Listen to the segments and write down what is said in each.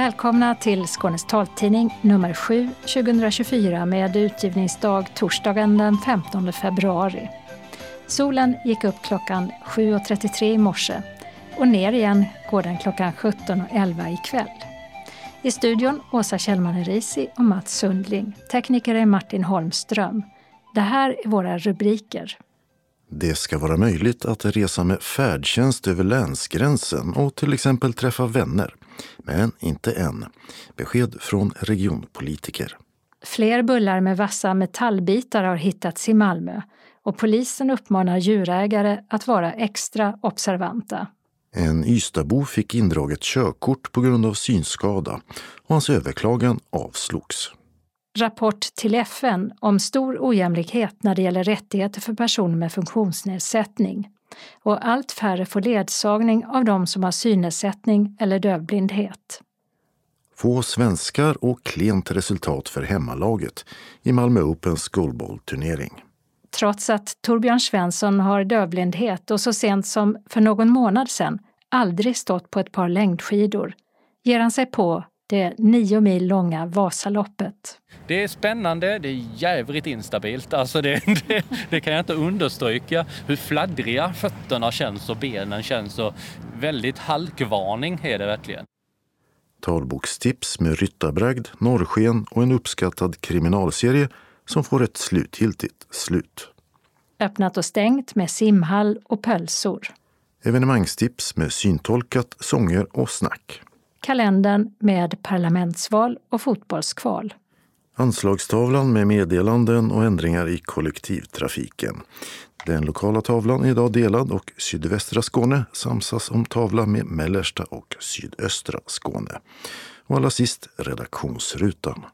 Välkomna till Skånes taltidning nummer 7 2024 med utgivningsdag torsdagen den 15 februari. Solen gick upp klockan 7.33 i morse och ner igen går den klockan 17.11 ikväll. I studion Åsa Kjellman-Risi och Mats Sundling, tekniker är Martin Holmström. Det här är våra rubriker. Det ska vara möjligt att resa med färdtjänst över länsgränsen och till exempel träffa vänner. Men inte än. Besked från regionpolitiker. Fler bullar med vassa metallbitar har hittats i Malmö och polisen uppmanar djurägare att vara extra observanta. En Ystadbo fick indraget körkort på grund av synskada och hans överklagan avslogs. Rapport till FN om stor ojämlikhet när det gäller rättigheter för personer med funktionsnedsättning. Och allt färre får ledsagning av de som har synnedsättning eller dövblindhet. Få svenskar och klent resultat för hemmalaget i Malmö Opens goalball-turnering. Trots att Torbjörn Svensson har dövblindhet och så sent som för någon månad sedan aldrig stått på ett par längdskidor ger han sig på det 9 mil långa Vasaloppet. Det är spännande, det är jävligt instabilt. Alltså det kan jag inte understryka. Hur fladdriga fötterna känns och benen känns och väldigt halkvarning är det verkligen. Talbokstips med ryttarbragd, norrsken och en uppskattad kriminalserie som får ett slutgiltigt slut. Öppnat och stängt med simhall och pölsor. Evenemangstips med syntolkat, sånger och snack. Kalendern med parlamentsval och fotbollskval. Anslagstavlan med meddelanden och ändringar i kollektivtrafiken. Den lokala tavlan är idag delad och sydvästra Skåne samsas om tavla med mellersta och sydöstra Skåne. Och allra sist redaktionsrutan.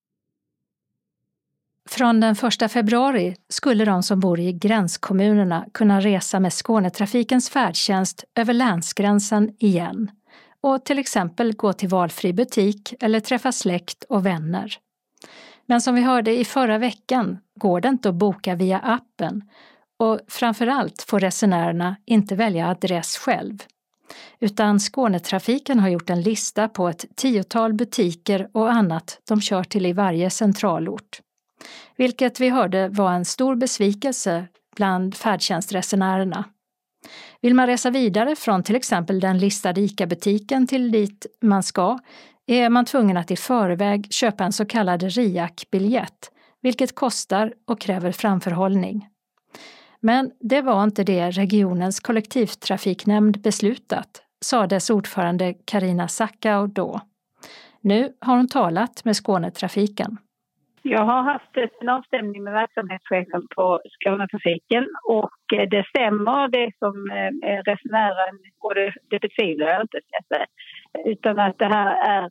Från den 1 februari skulle de som bor i gränskommunerna kunna resa med Skånetrafikens färdtjänst över länsgränsen igen. Och till exempel gå till valfri butik eller träffa släkt och vänner. Men som vi hörde i förra veckan går det inte att boka via appen och framförallt får resenärerna inte välja adress själv. Utan Skånetrafiken har gjort en lista på ett 10-tal butiker och annat de kör till i varje centralort. Vilket vi hörde var en stor besvikelse bland färdtjänstresenärerna. Vill man resa vidare från till exempel den listade ICA-butiken till dit man ska är man tvungen att i förväg köpa en så kallad RIAC-biljett, vilket kostar och kräver framförhållning. Men det var inte det regionens kollektivtrafiknämnd beslutat, sa dess ordförande Carina Sackau då. Nu har hon talat med Skånetrafiken. Jag har haft en avstämning med verksamhetschefen på Skånetrafiken och det stämmer det som resenären, och det betvivlar jag inte, utan att det här är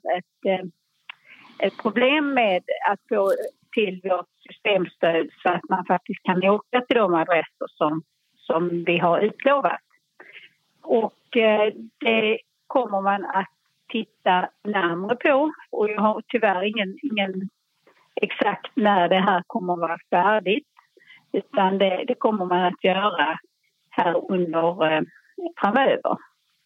ett problem med att få till vårt systemstöd så att man faktiskt kan åka till de adresser som vi har utlovat. Och det kommer man att titta närmare på, och jag har tyvärr ingen exakt när det här kommer att vara färdigt, utan det kommer man att göra här under framöver.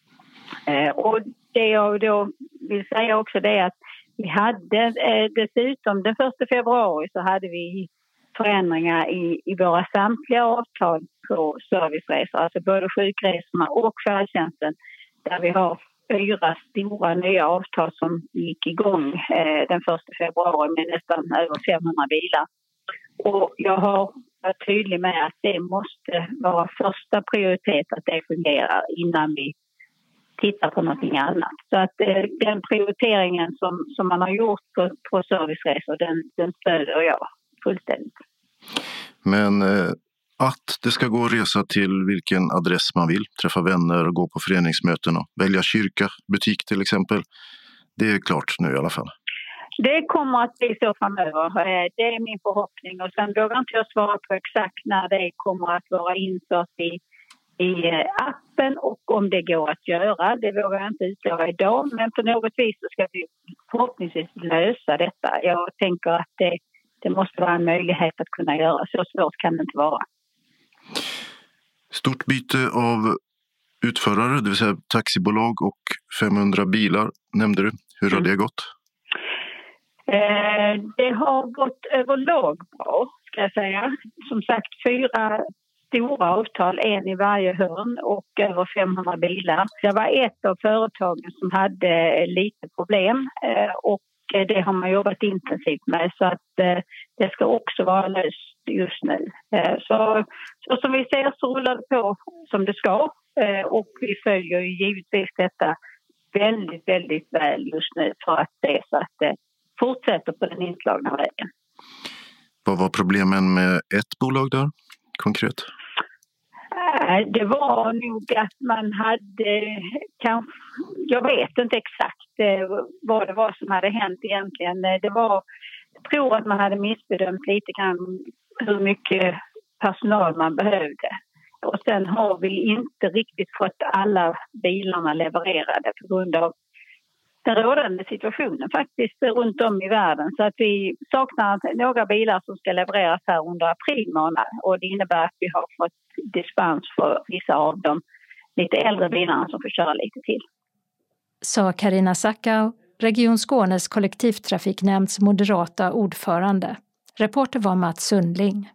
Och det jag då vill säga också det är att vi hade dessutom den 1 februari så hade vi förändringar i våra samtliga avtal på serviceresor, alltså både sjukresorna och färdtjänsten, där vi har 4 stora nya avtal som gick igång den 1 februari med nästan över 500 bilar. Och jag har varit tydlig med att det måste vara första prioritet att det fungerar innan vi tittar på någonting annat. Så att den prioriteringen som man har gjort på serviceresor, den stöder jag fullständigt. Men att det ska gå att resa till vilken adress man vill, träffa vänner och gå på föreningsmöten och välja kyrka, butik till exempel. Det är klart nu i alla fall. Det kommer att bli så framöver. Det är min förhoppning. Och sen vågar inte jag svara på exakt när det kommer att vara infört i appen och om det går att göra. Det vågar jag inte utlova idag. Men på något vis så ska vi förhoppningsvis lösa detta. Jag tänker att det måste vara en möjlighet att kunna göra. Så svårt kan det inte vara. Stort byte av utförare, det vill säga taxibolag och 500 bilar nämnde du. Hur har det gått? Det har gått överlag bra, ska jag säga. Som sagt, 4 stora avtal, en i varje hörn och över 500 bilar. Det var ett av företagen som hade lite problem och det har man jobbat intensivt med, så att det ska också vara löst just nu. Så som vi ser så rullar det på som det ska och vi följer ju givetvis detta väldigt, väldigt väl just nu för att det så att det fortsätter på den inslagna vägen. Vad var problemen med ett bolag där konkret? Det var nog att man hade, jag vet inte exakt vad det var som hade hänt egentligen. Jag tror att man hade missbedömt lite grann hur mycket personal man behövde. Och sen har vi inte riktigt fått alla bilarna levererade på grund av den rådande situationen faktiskt runt om i världen. Så att vi saknar några bilar som ska levereras här under april månad. Och det innebär att vi har fått dispens för vissa av de lite äldre bilarna som får köra lite till. Sa Carina Sackau, Region Skånes kollektivtrafiknämnds moderata ordförande. Reporter var Mats Sundling.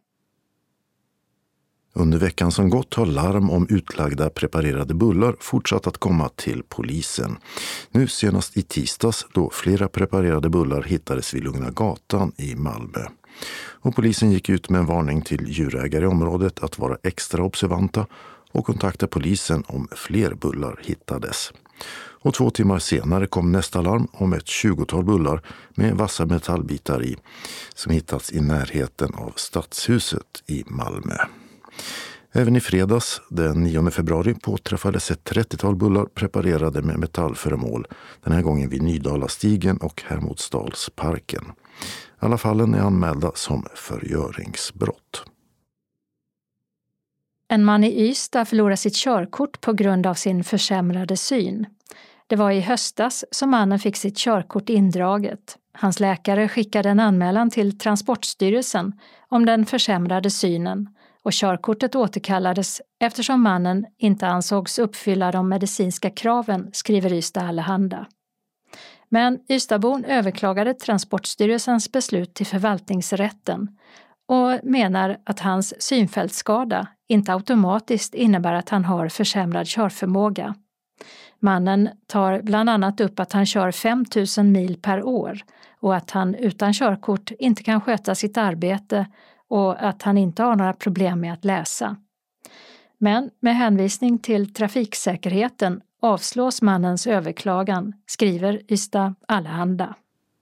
Under veckan som gått har larm om utlagda preparerade bullar fortsatt att komma till polisen. Nu senast i tisdags då flera preparerade bullar hittades vid Lugna gatan i Malmö. Och polisen gick ut med en varning till djurägare i området att vara extra observanta och kontakta polisen om fler bullar hittades. Och 2 timmar senare kom nästa larm om ett 20-tal bullar med vassa metallbitar i som hittats i närheten av Stadshuset i Malmö. Även i fredags, den 9 februari, påträffades ett 30-tal bullar preparerade med metallföremål, den här gången vid Nydalastigen och Hermodsdalsparken. Alla fallen är anmälda som förgöringsbrott. En man i Ystad förlorade sitt körkort på grund av sin försämrade syn. Det var i höstas som mannen fick sitt körkort indraget. Hans läkare skickade en anmälan till Transportstyrelsen om den försämrade synen och körkortet återkallades eftersom mannen inte ansågs uppfylla de medicinska kraven, skriver Ystad Allehanda. Men Ystadbon överklagade Transportstyrelsens beslut till förvaltningsrätten och menar att hans synfältsskada inte automatiskt innebär att han har försämrad körförmåga. Mannen tar bland annat upp att han kör 5 000 mil per år och att han utan körkort inte kan sköta sitt arbete och att han inte har några problem med att läsa. Men med hänvisning till trafiksäkerheten avslås mannens överklagan, skriver Ystad Allehanda.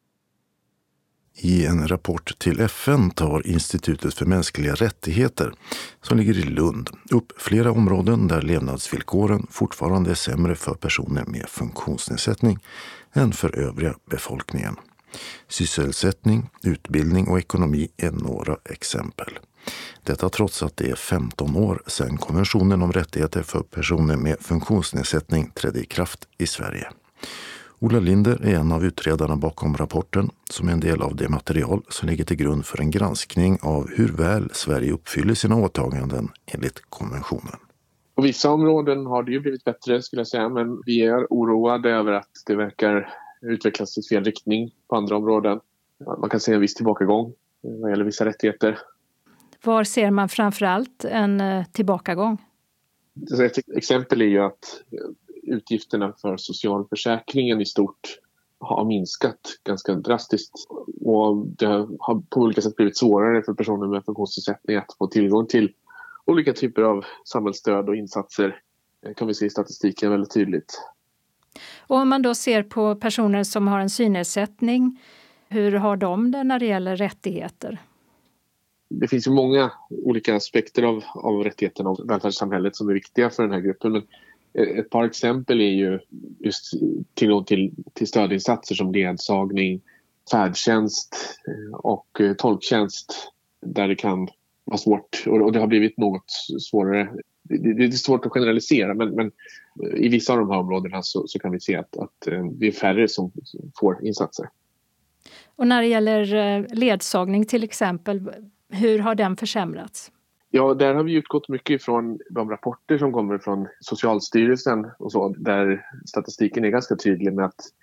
I en rapport till FN tar Institutet för mänskliga rättigheter, som ligger i Lund, upp flera områden där levnadsvillkoren fortfarande är sämre för personer med funktionsnedsättning än för övriga befolkningen. Sysselsättning, utbildning och ekonomi är några exempel. Detta trots att det är 15 år sedan konventionen om rättigheter för personer med funktionsnedsättning trädde i kraft i Sverige. Ola Linder är en av utredarna bakom rapporten som är en del av det material som ligger till grund för en granskning av hur väl Sverige uppfyller sina åtaganden enligt konventionen. På vissa områden har det ju blivit bättre skulle jag säga, men vi är oroade över att det verkar utvecklas i fel riktning på andra områden. Man kan se en viss tillbakagång vad gäller vissa rättigheter. Var ser man framförallt en tillbakagång? Ett exempel är ju att utgifterna för socialförsäkringen i stort har minskat ganska drastiskt. Och det har på olika sätt blivit svårare för personer med funktionsnedsättning att få tillgång till olika typer av samhällsstöd och insatser. Det kan vi se i statistiken väldigt tydligt. Och om man då ser på personer som har en synnedsättning, hur har de det när det gäller rättigheter? Det finns ju många olika aspekter av rättigheterna och välfärdssamhället som är viktiga för den här gruppen. Men ett par exempel är ju just tillgång till stödinsatser som ledsagning, färdtjänst och tolktjänst där det kan vara svårt. Och det har blivit något svårare. Det är svårt att generalisera men i vissa av de här områdena så kan vi se att det är färre som får insatser. Och när det gäller ledsagning till exempel, hur har den försämrats? Ja, där har vi utgått mycket från de rapporter som kommer från Socialstyrelsen och så, där statistiken är ganska tydlig med att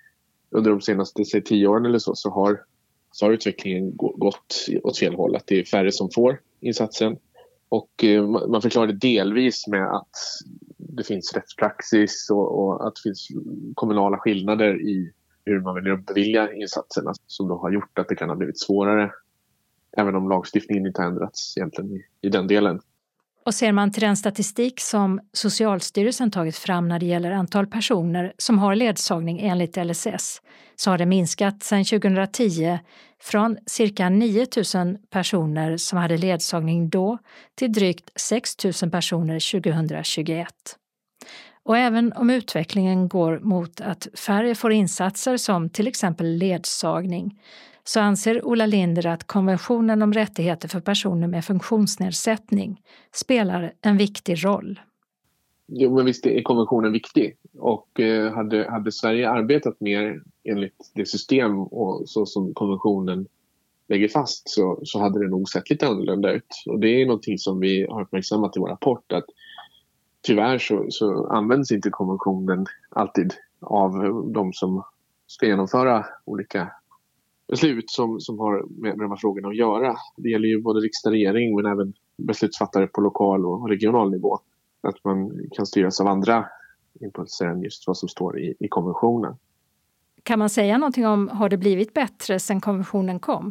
under de senaste 10 åren eller så har utvecklingen gått åt fel håll. Att det är färre som får insatsen. Och man förklarar det delvis med att det finns rättspraxis och att det finns kommunala skillnader i hur man vill bevilja insatserna som då har gjort att det kan ha blivit svårare. Även om lagstiftningen inte har ändrats egentligen i den delen. Och ser man till den statistik som Socialstyrelsen tagit fram när det gäller antal personer som har ledsagning enligt LSS så har det minskat sedan 2010 från cirka 9 000 personer som hade ledsagning då till drygt 6 000 personer 2021. Och även om utvecklingen går mot att färre får insatser som till exempel ledsagning så anser Ola Linder att konventionen om rättigheter för personer med funktionsnedsättning spelar en viktig roll. Jo, men visst är konventionen viktig. Och hade Sverige arbetat mer enligt det system och så som konventionen lägger fast så hade det nog sett lite annorlunda ut. Och det är någonting som vi har uppmärksammat i vår rapport att tyvärr så används inte konventionen alltid av de som ska genomföra olika beslut som har med de här frågorna att göra. Det gäller ju både riksdag och regering men även beslutsfattare på lokal och regional nivå. Att man kan styras av andra impulser än just vad som står i konventionen. Kan man säga någonting om, har det blivit bättre sedan konventionen kom?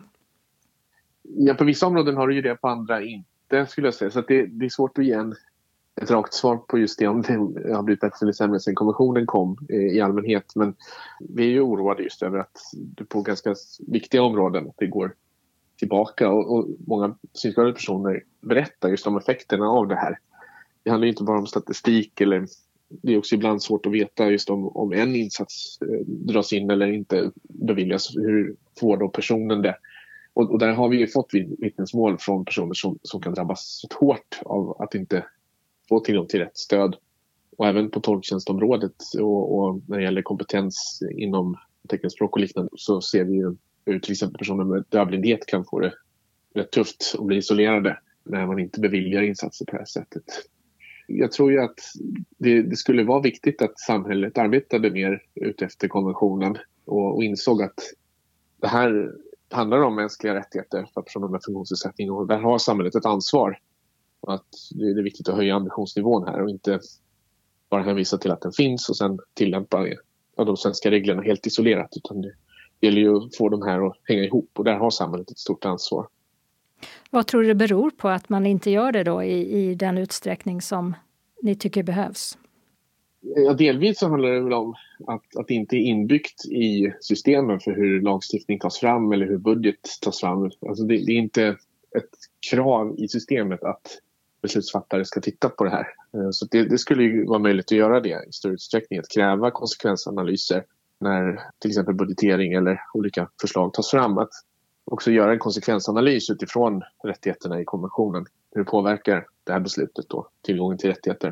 Ja, på vissa områden har det ju det, på andra inte skulle jag säga. Så att det är svårt att ge ett rakt svar på just det om det har blivit bättre eller sämre sedan konventionen kom i allmänhet. Men vi är ju oroade just över att det på ganska viktiga områden det går tillbaka. Och många synskadade personer berättar just om effekterna av det här. Det handlar ju inte bara om statistik eller det är också ibland svårt att veta just om en insats dras in eller inte beviljas. Hur får då personen det? Och där har vi ju fått vittnesmål från personer som kan drabbas hårt av att inte få tillgång till rätt stöd. Och även på tolktjänstområdet och när det gäller kompetens inom teckenspråk och liknande så ser vi ju hur till exempel personer med dövblindhet kan få det rätt tufft och bli isolerade när man inte beviljar insatser på det här sättet. Jag tror ju att det skulle vara viktigt att samhället arbetade mer utefter konventionen och insåg att det här handlar om mänskliga rättigheter för personer med funktionsnedsättning och där har samhället ett ansvar. Och att det är viktigt att höja ambitionsnivån här och inte bara hänvisa till att den finns och sen tillämpa de svenska reglerna helt isolerat. Utan det gäller ju att få de här att hänga ihop och där har samhället ett stort ansvar. Vad tror du det beror på att man inte gör det då i den utsträckning som ni tycker behövs? Ja, delvis så handlar det väl om att det inte är inbyggt i systemen för hur lagstiftning tas fram eller hur budget tas fram. Alltså det är inte ett krav i systemet att beslutsfattare ska titta på det här. Så det skulle ju vara möjligt att göra det i större utsträckning. Att kräva konsekvensanalyser när till exempel budgetering eller olika förslag tas fram. Att också göra en konsekvensanalys utifrån rättigheterna i konventionen. Hur påverkar det här beslutet då tillgången till rättigheter?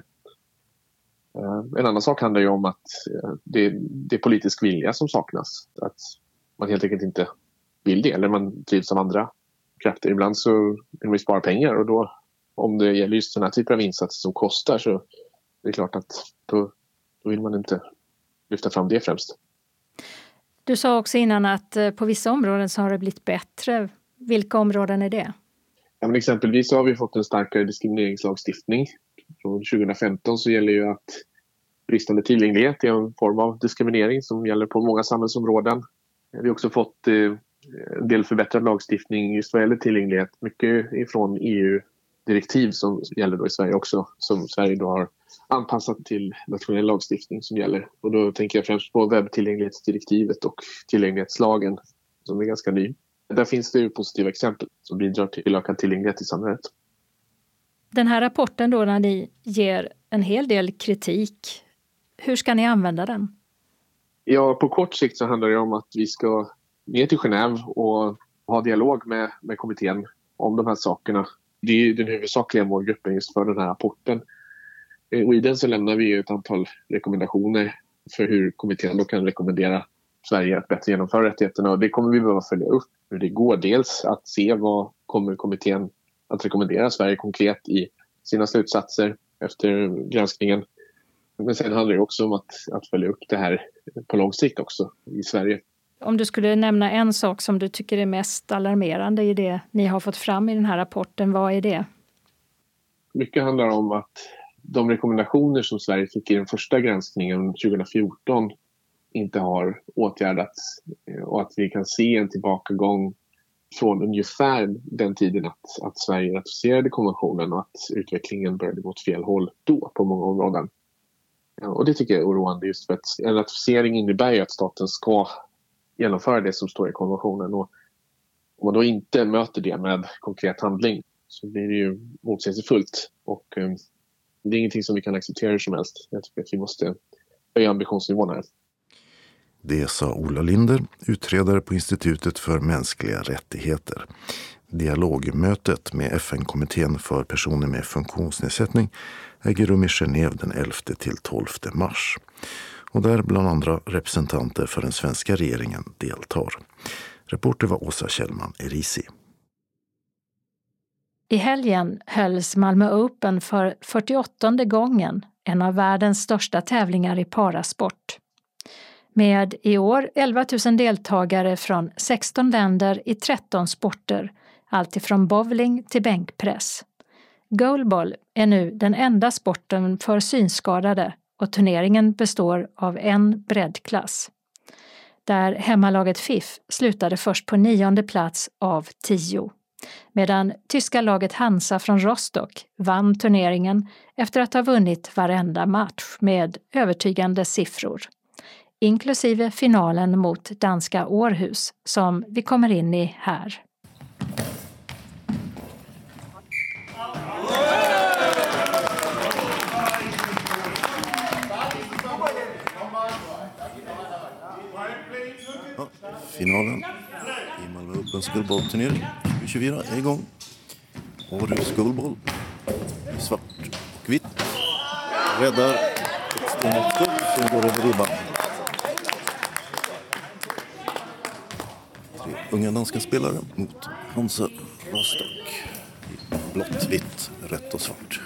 En annan sak handlar ju om att det är politisk vilja som saknas. Att man helt enkelt inte vill det eller man drivs av andra krafter. Ibland så vill man spara pengar och då om det gäller just sådana typer av insatser som kostar så det är klart att då vill man inte lyfta fram det främst. Du sa också innan att på vissa områden så har det blivit bättre. Vilka områden är det? Ja, men exempelvis så har vi fått en starkare diskrimineringslagstiftning. Från 2015 så gäller ju att bristande tillgänglighet är en form av diskriminering som gäller på många samhällsområden. Vi har också fått en del förbättrad lagstiftning just vad gäller tillgänglighet. Mycket ifrån EU-direktiv som gäller då i Sverige också. Som Sverige då har anpassat till nationell lagstiftning som gäller. Och då tänker jag främst på webbtillgänglighetsdirektivet och tillgänglighetslagen som är ganska ny. Där finns det ju positiva exempel som bidrar till ökad tillgänglighet i samhället. Den här rapporten då när ni ger en hel del kritik, hur ska ni använda den? Ja, på kort sikt så handlar det om att vi ska ner till Genève och ha dialog med kommittén om de här sakerna. Det är ju den huvudsakliga målgruppen just för den här rapporten. Och i den så lämnar vi ett antal rekommendationer för hur kommittén då kan rekommendera Sverige att bättre genomföra rättigheterna. Och det kommer vi behöva följa upp hur det går. Dels att se vad kommer kommittén att rekommendera Sverige konkret i sina slutsatser efter granskningen. Men sen handlar det också om att följa upp det här på lång sikt också i Sverige. Om du skulle nämna en sak som du tycker är mest alarmerande i det ni har fått fram i den här rapporten, vad är det? Mycket handlar om att de rekommendationer som Sverige fick i den första granskningen 2014 inte har åtgärdats och att vi kan se en tillbakagång från ungefär den tiden att Sverige ratificerade konventionen och att utvecklingen började gå åt fel håll då på många områden. Och det tycker jag är oroande just för att en ratificering innebär ju att staten ska genomföra det som står i konventionen, och om man då inte möter det med konkret handling så blir det ju motsägelsefullt, och det är ingenting som vi kan acceptera hur som helst. Jag tycker att vi måste höja ambitionsnivån här. Det sa Ola Linder, utredare på Institutet för mänskliga rättigheter. Dialogmötet med FN-kommittén för personer med funktionsnedsättning äger rum i Genève den 11-12 mars. Och där bland andra representanter för den svenska regeringen deltar. Reporter var Åsa Kjellman Erisi. I helgen hölls Malmö Open för 48:e gången, en av världens största tävlingar i parasport. Med i år 11 000 deltagare från 16 länder i 13 sporter, alltifrån bowling till bänkpress. Goalball är nu den enda sporten för synskadade och turneringen består av en breddklass. Där hemmalaget FIF slutade först på 9:e plats av 10. Medan tyska laget Hansa från Rostock vann turneringen efter att ha vunnit varenda match med övertygande siffror. Inklusive finalen mot danska Århus som vi kommer in i här. Finalen i Malmö Opens guldbollturnering 2024 är igång. Århus guldboll i svart och vitt räddar ett stängt skott som går över ribban. 3 unga danska spelare mot Hansa Rostock i blått, vitt, rött och svart.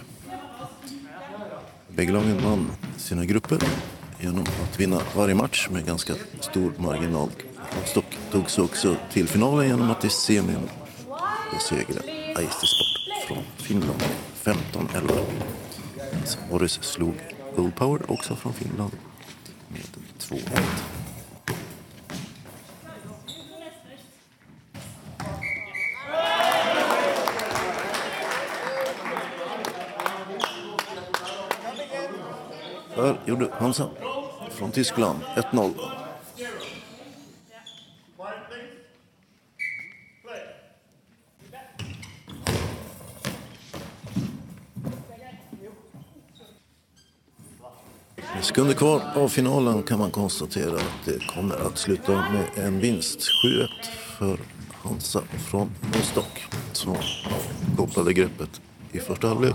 Bägge lagen vann sina grupper genom att vinna varje match med ganska stor marginal. Rostock tog sig också till finalen genom att i semin besegrade Aisti Sport från Finland 15-11. Århus slog Bull Power också från Finland med 2-1. Här gjorde Hansa från Tyskland 1-0. Sekunder kvar av finalen kan man konstatera att det kommer att sluta med en vinst 7-1 för Hansa från Rostock som kopplade greppet i första halvlek.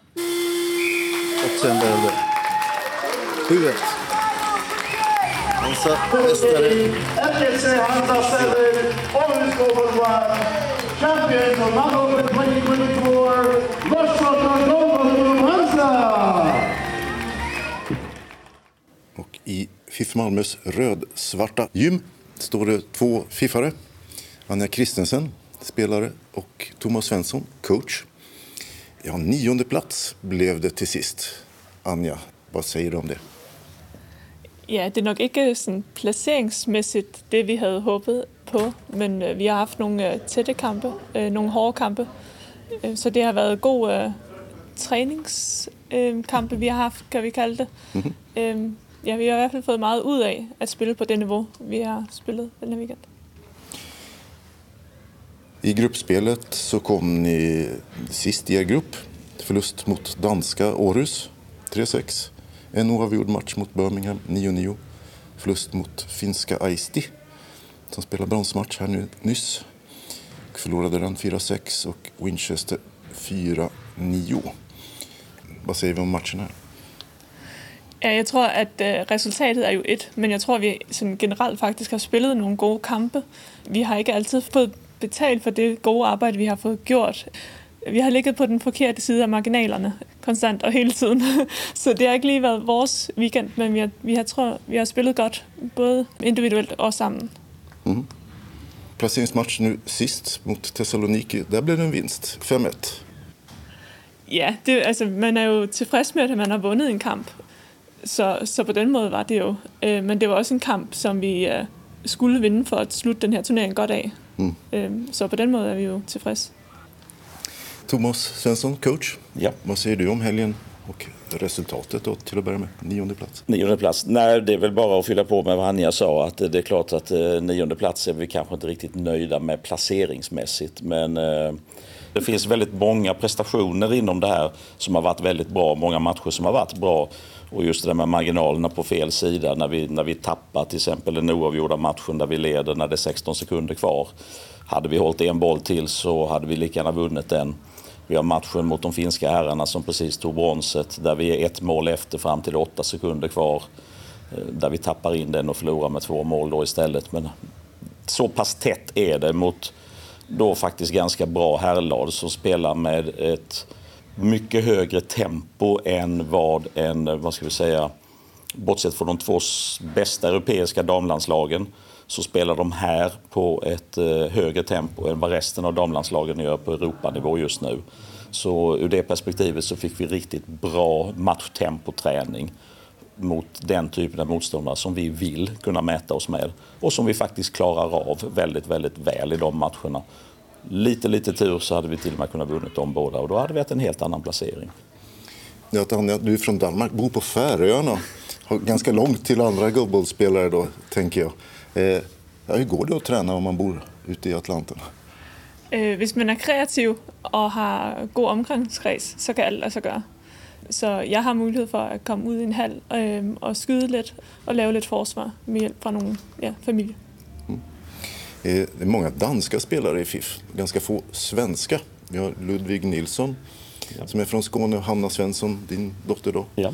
Och sen blev det 7-1. Hansa mästare. FTC Hansa 7, Århus Global Champions of Malmö 2024, Rostock Global Hansa. Och i FIF Malmös röd-svarta gym står det 2 fiffare. Anja Kristensen, spelare, och Thomas Svensson, coach. Ja, 9:e plats blev det till sist. Anja, vad säger du om det? Ja, det är nog inte sådan placeringsmässigt det vi hade hoppet på, men vi har haft några täta kamper, några hårda kamper. Så det har varit god träningskamper vi har haft, kan vi kalla det. Mm-hmm. Ja, vi har i alla fall fått mycket ut av att spela på det nivå vi har spelat den här weekend. I gruppspelet så kom ni sist i er grupp. Förlust mot danska Århus 3-6. En oavgjord match mot Birmingham 9-9. Förlust mot finska Aisti som spelar bronsmatch här nu nyss. Förlorade den 4-6 och Winchester 4-9. Vad säger vi om matchen här? Ja, jag tror att resultatet är ju 1, men jag tror att vi generellt faktiskt har spelat några goda kamper. Vi har inte alltid fått betalt för det gode arbejde vi har fået gjort. vi har ligget på den forkerte side af marginalerne konstant og hele tiden. Så det har ikke lige været vores weekend, men vi har spillet godt, både individuelt og sammen. Mm. Placeringsmatch nu sist mot Thessaloniki, där blev det en vinst, 5-1. Ja, man er jo tilfreds med, at man har vundet en kamp. Så på den måde var det jo. Men det var også en kamp, som vi skulle vinde for at slutte den her turnering godt af. Så på den måde er vi jo tilfreds. Thomas Svensson, coach. Ja. Vad säger du om helgen och resultatet då, till att börja med? 9:e plats. 9:e plats. Nej, det är väl bara att fylla på med vad Anja sa. Att det är klart att 9:e plats är vi kanske inte riktigt nöjda med placeringsmässigt. Men det finns väldigt många prestationer inom det här som har varit väldigt bra. Många matcher som har varit bra. Och just det där med marginalerna på fel sida. När vi tappar till exempel den oavgjorda matchen där vi leder när det är 16 sekunder kvar. Hade vi hållit en boll till så hade vi lika gärna vunnit den. Vi har matchen mot de finska herrarna som precis tog bronset. Där vi är 1 mål efter fram till 8 sekunder kvar. Där vi tappar in den och förlorar med 2 mål då istället. Men så pass tätt är det mot då faktiskt ganska bra herrlag som spelar med ett mycket högre tempo än vad ska vi säga, bortsett från de 2 bästa europeiska damlandslagen så spelar de här på ett högre tempo än vad resten av damlandslagen gör på Europanivå just nu. Så ur det perspektivet så fick vi riktigt bra matchtempoträning mot den typen av motståndare som vi vill kunna mäta oss med och som vi faktiskt klarar av väldigt, väldigt väl i de matcherna. Lite tur så hade vi till och med kunnat vunnit dem båda och då hade vi haft en helt annan placering. Ja, Tanja, du är från Danmark, bor på Färöarna. Har ganska långt till andra goalballspelare då, tänker jag. Hur går det att träna om man bor ute i Atlanten? Hvis man er kreativ og har god omgangskreds, så kan alt lade sig gøre. Så jeg har mulighed for at komme ud i en hal og skyde lidt og lave lidt forsvar med hjælp fra nogle familie. Det är många danska spelare i FIF, ganska få svenska. Vi har Ludvig Nilsson som är från Skåne och Hanna Svensson, din dotter då. Ja.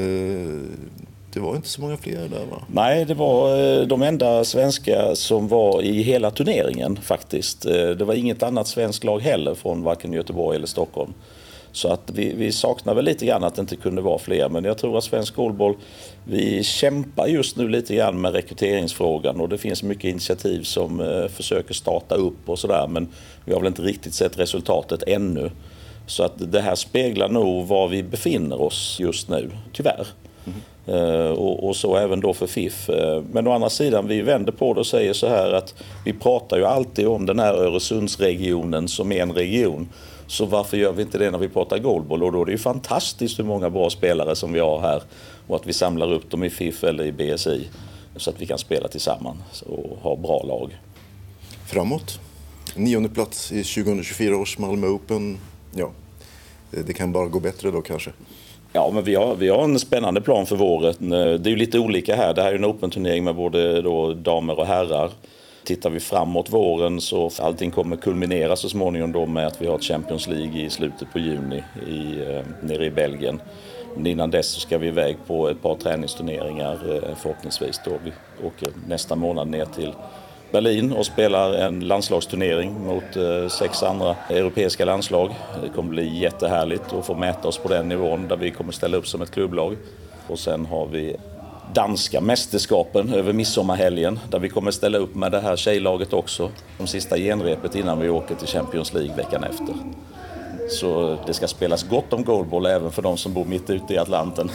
Det var inte så många fler där, va? Nej, det var de enda svenska som var i hela turneringen faktiskt. Det var inget annat svenskt lag heller från varken Göteborg eller Stockholm. Så att vi saknar väl lite grann att det inte kunde vara fler. Men jag tror att svensk goalball, vi kämpar just nu lite grann med rekryteringsfrågan. Och det finns mycket initiativ som försöker starta upp och sådär. Men vi har väl inte riktigt sett resultatet ännu. Så att det här speglar nog var vi befinner oss just nu, tyvärr. Och så även då för FIF. Men å andra sidan, vi vänder på det och säger så här att vi pratar ju alltid om den här Öresundsregionen som är en region. Så varför gör vi inte det när vi pratar goalball? Och då är det ju fantastiskt hur många bra spelare som vi har här och att vi samlar upp dem i FIF eller i BSI så att vi kan spela tillsammans och ha bra lag. Framåt, 9:e plats i 2024 års Malmö Open. Ja, det kan bara gå bättre då kanske. Ja, men vi har en spännande plan för våren. Det är ju lite olika här. Det här är en Open-turnering med både då damer och herrar. Tittar vi framåt våren så allting kommer kulminera så småningom då med att vi har ett Champions League i slutet på juni nere i Belgien. Men innan dess så ska vi iväg på ett par träningsturneringar förhoppningsvis då. Vi åker nästa månad ner till Berlin och spelar en landslagsturnering mot 6 andra europeiska landslag. Det kommer bli jättehärligt att få mäta oss på den nivån där vi kommer ställa upp som ett klubblag. Och sen har vi danska mästerskapen över midsommarhelgen där vi kommer ställa upp med det här tjejlaget också. De sista genrepet innan vi åker till Champions League veckan efter. Så det ska spelas gott om goalball även för de som bor mitt ute i Atlanten.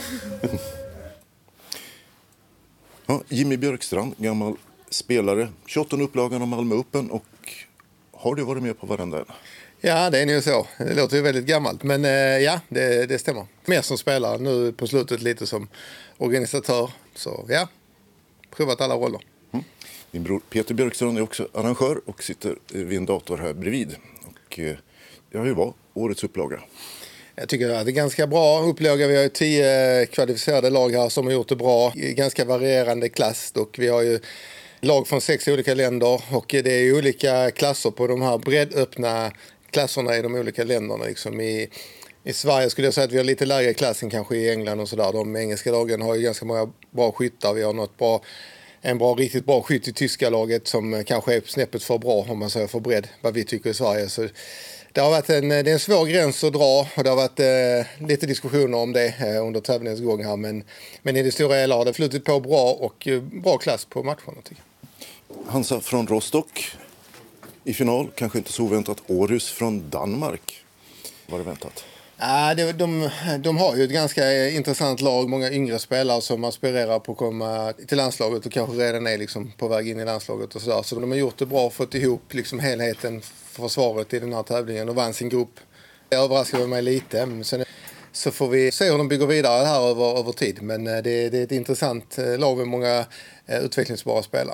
Ja, Jimmy Björkstrand, gammal spelare, 28 upplagan av Malmö Open, och har du varit med på varandra? Ja, det är nog så. Det låter ju väldigt gammalt, men ja, det stämmer. Mer som spelare, nu på slutet lite som organisatör. Så ja, provat alla roller. Din bror Peter Björkstrand är också arrangör och sitter vid en dator här bredvid. Och hur var årets upplaga? Jag tycker att det är ganska bra upplaga. Vi har ju 10 kvalificerade lag här som har gjort det bra. I ganska varierande klass, och vi har ju lag från 6 olika länder, och det är ju olika klasser på de här breddöppna klasserna i de olika länderna. Liksom i Sverige skulle jag säga att vi har lite lägre klass än kanske i England och sådär. De engelska lagen har ju ganska många bra skyttar. Vi har riktigt bra skytt i tyska laget som kanske är snäppet för bra, om man säger för bredd, vad vi tycker i Sverige. Så Det har varit det är en svår gräns att dra och det har varit lite diskussioner om det under tävlingens gång här. Men i det stora hela har det flutit på bra och bra klass på matcherna tycker jag. Hansa från Rostock i final, kanske inte så oväntat. Århus från Danmark. Var det väntat? De har ju ett ganska intressant lag, många yngre spelare som aspirerar på att komma till landslaget och kanske redan är liksom på väg in i landslaget och sådär. Så de har gjort det bra och fått ihop liksom helheten för försvaret i den här tävlingen och vann sin grupp. Det överraskade mig lite, men sen så får vi se hur de bygger vidare här över tid. Men det är ett intressant lag med många utvecklingsbara spelare.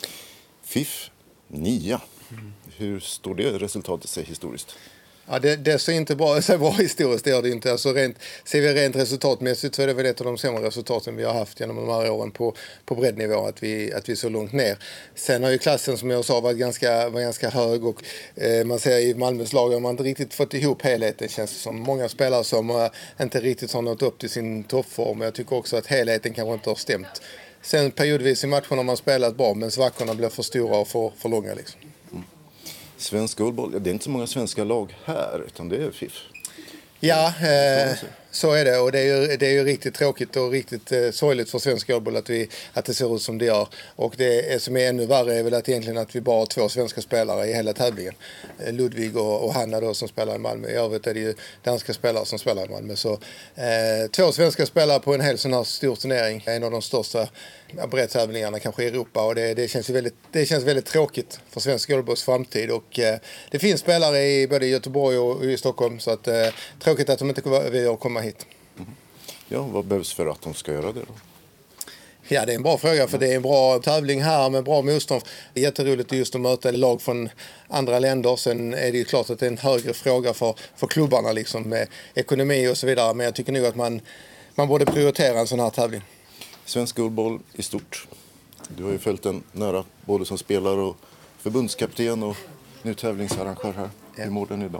FIF 9. Hur står det resultatet sig historiskt? Ja, det ser inte bra historiskt, det gör det inte. Alltså ser vi rent resultatmässigt så är det väl ett av de sämre resultaten vi har haft genom de här åren på breddnivå, att vi är så långt ner. Sen har ju klassen som jag sa varit ganska hög och man ser i Malmös lag har man inte riktigt fått ihop helheten, känns det som. Många spelare som inte riktigt har nått upp till sin toppform. Jag tycker också att helheten kanske inte har stämt. Sen periodvis i matchen har man spelat bra men svackorna blir för stora och för långa liksom. Svensk goalball, det är inte så många svenska lag här utan det är FIF. Ja, så är det och det är ju riktigt tråkigt och riktigt sorgligt för svensk goalball att det ser ut som det gör. Och det som är ännu värre är väl att egentligen att vi bara har 2 svenska spelare i hela tävlingen. Ludvig och Hanna då som spelar i Malmö. I övrigt är det ju danska spelare som spelar i Malmö. Så 2 svenska spelare på en hel sån här stor turnering. En av de största breddtävlingarna kanske i Europa och det känns väldigt tråkigt för svensk goalballs framtid och det finns spelare i både Göteborg och i Stockholm så att tråkigt att de inte vill komma hit. Ja, vad behövs för att de ska göra det då? Ja, det är en bra fråga för det är en bra tävling här med bra motstånd. Det är jätteroligt just att möta lag från andra länder. Sen är det ju klart att det är en högre fråga för klubbarna liksom med ekonomi och så vidare. Men jag tycker nog att man borde prioritera en sån här tävling. Svensk goalball i stort. Du har ju följt den nära både som spelare och förbundskapten och nu tävlingsarrangör här. Ja. Hur mår den idag?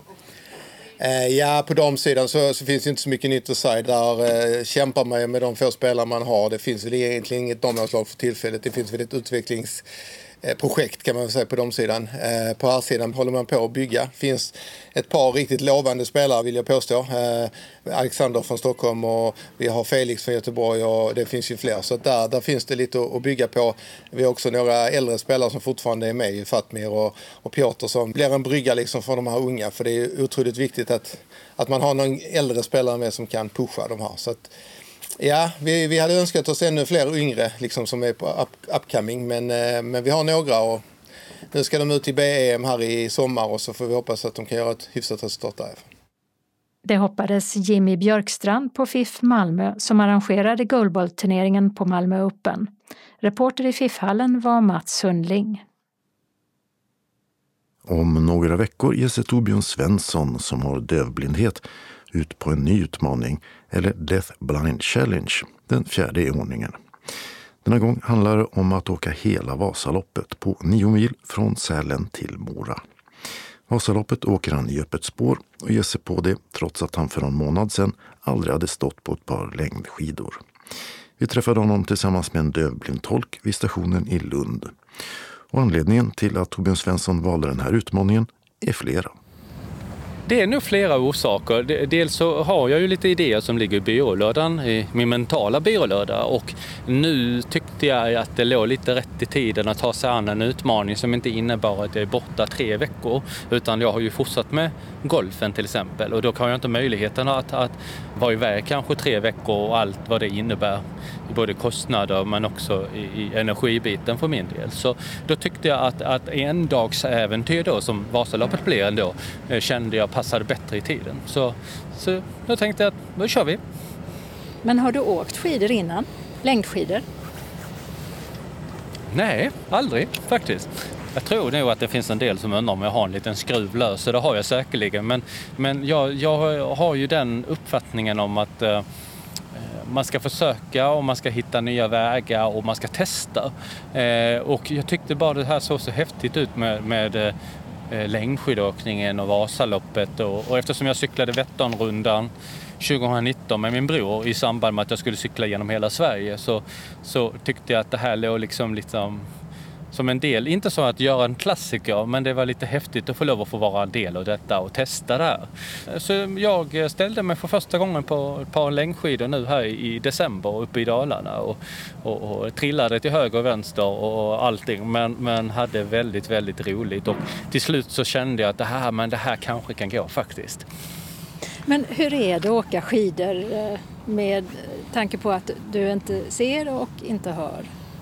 Ja, på de sidan så finns det inte så mycket nytt att säga. Där kämpar man med de få spelare man har. Det finns väl egentligen inget damlandslag för tillfället. Det finns väl ett utvecklingsprojekt kan man väl säga på de sidan. På här sidan håller man på att bygga. Finns ett par riktigt lovande spelare vill jag påstå. Alexander från Stockholm och vi har Felix från Göteborg och det finns ju fler. Så där finns det lite att bygga på. Vi har också några äldre spelare som fortfarande är med i Fatmir och Piotr som blir en brygga liksom för de här unga. För det är otroligt viktigt att man har någon äldre spelare med som kan pusha de här. Så att, ja, vi hade önskat oss ännu fler yngre liksom, som är på upcoming men vi har några och nu ska de ut i BEM här i sommar och så får vi hoppas att de kan göra ett hyfsat resultat därifrån. Det hoppades Jimmy Björkstrand på FIF Malmö som arrangerade goalballturneringen på Malmö Open. Reporter i FIF-hallen var Mats Sundling. Om några veckor ger sig Torbjörn Svensson som har dövblindhet ut på en ny utmaning eller Deaf Blind Challenge, den 4:e i ordningen. Denna gång handlar det om att åka hela Vasaloppet på 9 mil från Sälen till Mora. Vasaloppet åker han i öppet spår och ger sig på det trots att han för en månad sedan aldrig hade stått på ett par längdskidor. Vi träffade honom tillsammans med en dövblindtolk vid stationen i Lund. Och anledningen till att Torbjörn Svensson valde den här utmaningen är flera. Det är nog flera orsaker. Dels så har jag ju lite idéer som ligger i byrålådan, i min mentala byrålåda. Och nu tyckte jag att det låg lite rätt i tiden att ta sig an en utmaning som inte innebar att jag är borta 3 veckor. Utan jag har ju fortsatt med golfen till exempel. Och då har jag inte möjligheten att vara iväg kanske 3 veckor och allt vad det innebär. Både kostnader men också i energibiten för min del. Så då tyckte jag att en dags äventyr då, som Vasaloppet blev ändå, kände jag passade bättre i tiden. Så då tänkte jag att då kör vi. Men har du åkt skidor innan? Längdskidor? Nej, aldrig faktiskt. Jag tror nog att det finns en del som undrar om jag har en liten skruv lös, så det har jag säkerligen. Men jag har ju den uppfattningen om att man ska försöka och man ska hitta nya vägar och man ska testa. Och jag tyckte bara det här såg så häftigt ut med längdskidåkningen och Vasaloppet. Och eftersom jag cyklade Vätternrundan 2019 med min bror i samband med att jag skulle cykla genom hela Sverige så tyckte jag att det här låg liksom som en del, inte så att göra en klassiker, men det var lite häftigt att få lov att få vara en del av detta och testa det här. Så jag ställde mig för första gången på ett par längdskidor nu här i december uppe i Dalarna och trillade till höger och vänster och allting, men hade väldigt, väldigt roligt, och till slut så kände jag att det här kanske kan gå faktiskt. Men hur är det att åka skidor med tanke på att du inte ser och inte hör?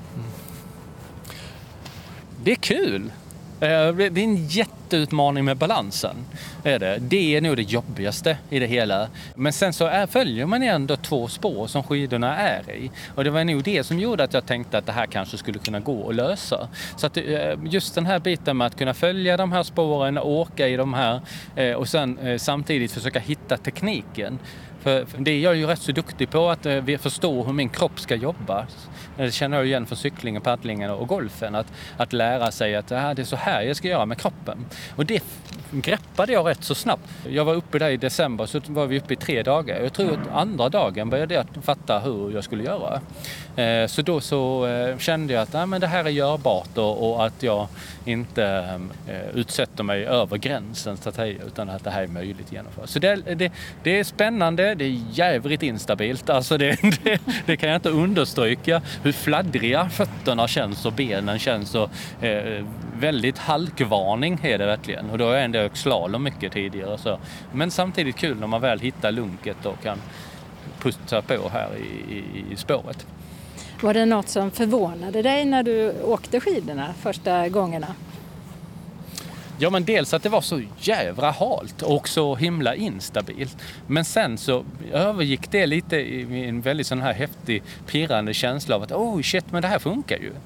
Det är kul. Det är en jätteutmaning med balansen. Det är nog det jobbigaste i det hela. Men sen så följer man ändå 2 spår som skidorna är i. Och det var nog det som gjorde att jag tänkte att det här kanske skulle kunna gå att lösa. Så att just den här biten med att kunna följa de här spåren, åka i de här och sen samtidigt försöka hitta tekniken. För det är jag ju rätt så duktig på, att förstå hur min kropp ska jobba. Det känner jag igen från cyklingen, paddlingen och golfen. Att lära sig att det är så här jag ska göra med kroppen. Och det greppade jag rätt så snabbt. Jag var uppe där i december, så var vi uppe i 3 dagar. Jag tror att andra dagen började jag fatta hur jag skulle göra. Så då så kände jag att men det här är görbart, och att jag inte utsätter mig över gränsen så att säga, utan att det här är möjligt att genomföra. Så det är spännande, det är jävligt instabilt. Alltså det kan jag inte understryka. Hur fladdriga fötterna känns och benen känns, och väldigt halkvarning är det verkligen. Och då har jag ändå slalom mycket tidigare. Så. Men samtidigt kul när man väl hittar lunket och kan pusta på här i spåret. Var det något som förvånade dig när du åkte skidorna första gångerna? Ja, men dels att det var så jävla halt och så himla instabilt. Men sen så övergick det lite i en väldigt sån här häftig, pirrande känsla av att shit, men det här funkar ju.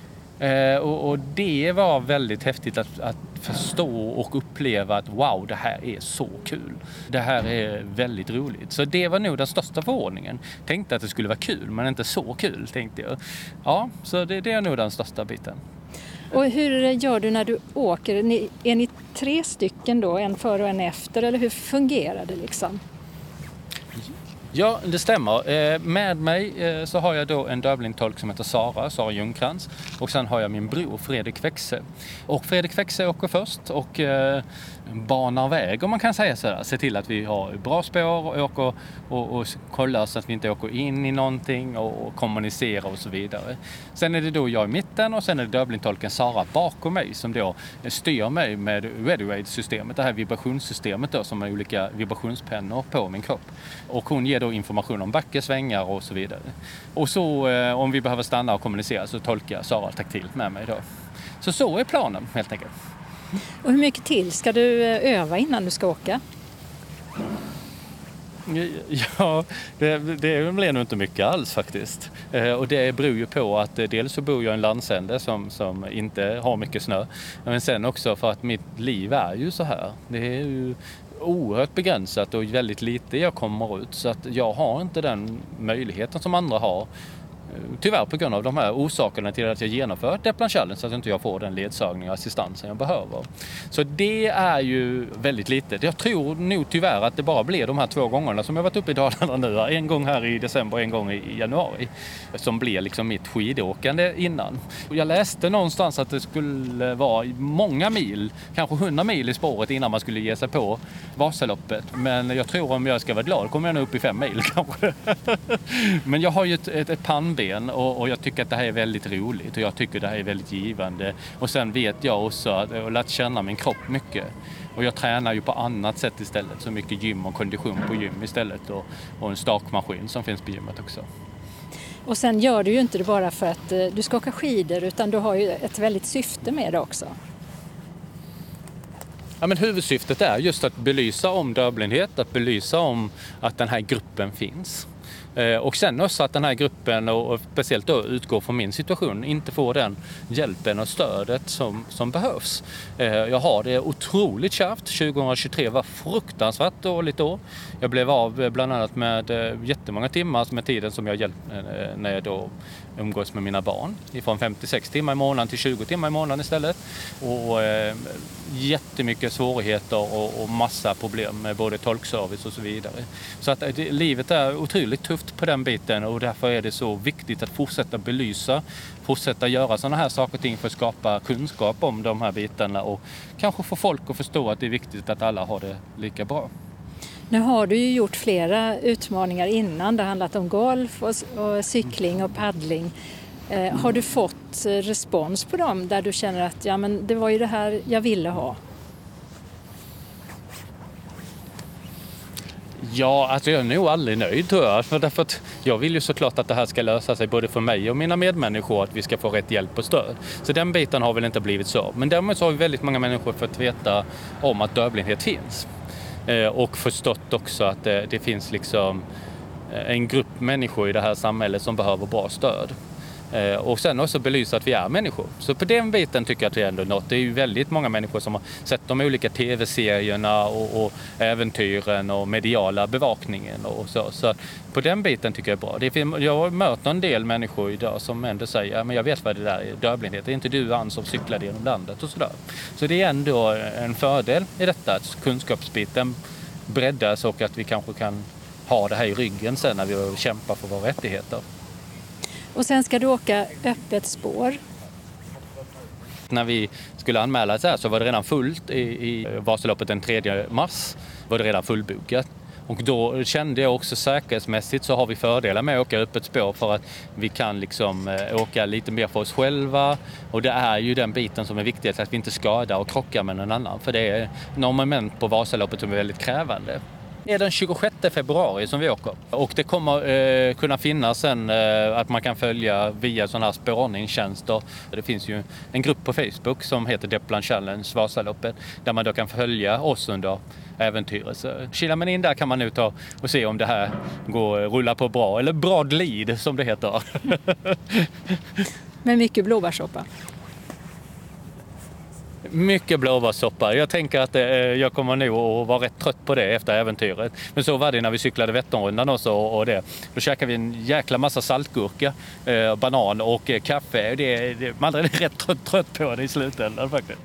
Och det var väldigt häftigt att förstå och uppleva att wow, det här är så kul. Det här är väldigt roligt. Så det var nog den största förvåningen. Tänkte att det skulle vara kul, men inte så kul, tänkte jag. Ja, så det är nog den största biten. Och hur gör du när du åker? Är ni 3 stycken då, en före och en efter, eller hur fungerar det liksom? Ja, det stämmer. Med mig så har jag då en dövblindtolk som heter Sara Ljungkrantz, och sen har jag min bror Fredrik Växe. Och Fredrik Växe åker först och banar väg, om man kan säga sådär. Se till att vi har bra spår och kollar så att vi inte åker in i någonting och kommunicerar och så vidare. Sen är det då jag i mitten, och sen är det dövblindtolken Sara bakom mig som då styr mig med ReadyRaid-systemet, det här vibrationssystemet då, som är olika vibrationspennor på min kropp. Och hon ger då information om backesvängar och så vidare. Och så om vi behöver stanna och kommunicera så tolkar Sara taktilt med mig då. Så är planen helt enkelt. Och hur mycket till ska du öva innan du ska åka? Ja, det blir nog inte mycket alls faktiskt. Och det beror ju på att dels så bor jag i en landsände som inte har mycket snö. Men sen också för att mitt liv är ju så här. Det är ju oerhört begränsat och väldigt lite jag kommer ut. Så att jag har inte den möjligheten som andra har. Tyvärr på grund av de här orsakerna till att jag genomfört Deppland Challenge, så att inte jag får den ledsagning och assistansen jag behöver. Så det är ju väldigt litet. Jag tror nog tyvärr att det bara blir de här 2 gångerna som jag varit uppe i Dalarna nu. En gång här i december och en gång i januari. Som blir liksom mitt skidåkande innan. Jag läste någonstans att det skulle vara många mil, kanske 100 mil i spåret innan man skulle ge sig på Vasaloppet. Men jag tror, om jag ska vara glad, kommer jag nog upp i 5 mil kanske. Men jag har ju ett pannben, och jag tycker att det här är väldigt roligt, och jag tycker det här är väldigt givande. Och sen vet jag också att jag har lärt känna min kropp mycket. Och jag tränar ju på annat sätt istället. Så mycket gym och kondition på gym istället. Och en stakmaskin som finns på gymmet också. Och sen gör du ju inte det bara för att du ska åka skidor, utan du har ju ett väldigt syfte med det också. Ja, men huvudsyftet är just att belysa om dövblindhet, att belysa om att den här gruppen finns. Och sen också att den här gruppen, och speciellt då utgår från min situation, inte får den hjälpen och stödet som behövs. Jag har det otroligt kärvt. 2023 var fruktansvärt dåligt år. Jag blev av bland annat med jättemånga timmar med tiden som jag hjälpte när jag då umgås med mina barn. Från 56 timmar i månaden till 20 timmar i månaden istället. Och jättemycket svårigheter och massa problem med både tolkservice och så vidare. Så att livet är otroligt otroligt tufft på den biten och därför är det så viktigt att fortsätta belysa, fortsätta göra sådana här saker och ting för att skapa kunskap om de här bitarna och kanske få folk att förstå att det är viktigt att alla har det lika bra. Nu har du ju gjort flera utmaningar innan. Det har handlat om golf och cykling och paddling. Har du fått respons på dem där du känner att ja, men det var ju det här jag ville ha? Ja, alltså jag är nog aldrig nöjd tror jag. Därför att jag vill ju såklart att det här ska lösa sig både för mig och mina medmänniskor, att vi ska få rätt hjälp och stöd. Så den biten har väl inte blivit så. Men däremot så har väldigt många människor fått veta om att dövblindhet finns. Och förstått också att det finns liksom en grupp människor i det här samhället som behöver bra stöd. Och sen också belysa att vi är människor. Så på den biten tycker jag att det är ändå något. Det är ju väldigt många människor som har sett de olika tv-serierna och äventyren och mediala bevakningen och så. Så på den biten tycker jag är bra. Jag har mött en del människor idag som ändå säger men jag vet vad det där är, dövblindhet. Det är inte du Ann som cyklade genom landet och sådär. Så det är ändå en fördel i detta att kunskapsbiten breddas och att vi kanske kan ha det här i ryggen sen när vi kämpar för våra rättigheter. Och sen ska du åka öppet spår. När vi skulle anmäla så var det redan fullt i Vasaloppet den 3 mars. Var det redan fullbokat. Och då kände jag också säkerhetsmässigt så har vi fördelar med att åka öppet spår för att vi kan liksom åka lite mer för oss själva. Och det är ju den biten som är viktigast, att vi inte skadar och krockar med någon annan. För det är några moment på Vasaloppet som är väldigt krävande. Det är den 26 februari som vi åker och det kommer kunna finnas att man kan följa via sådana här spårningstjänster. Det finns ju en grupp på Facebook som heter Depplan Challenge Vasaloppet där man då kan följa oss under äventyret. Så kilar man in där kan man nu ta och se om det här går rulla på bra eller bra glid som det heter. Med mycket blåbärssoppa. Mycket blåbärssoppa. Jag tänker att jag kommer nog att vara rätt trött på det efter äventyret. Men så var det när vi cyklade Vätternrundan också och det. Då käkade vi en jäkla massa saltgurka, banan och kaffe. Man är rätt trött på det i slutändan faktiskt.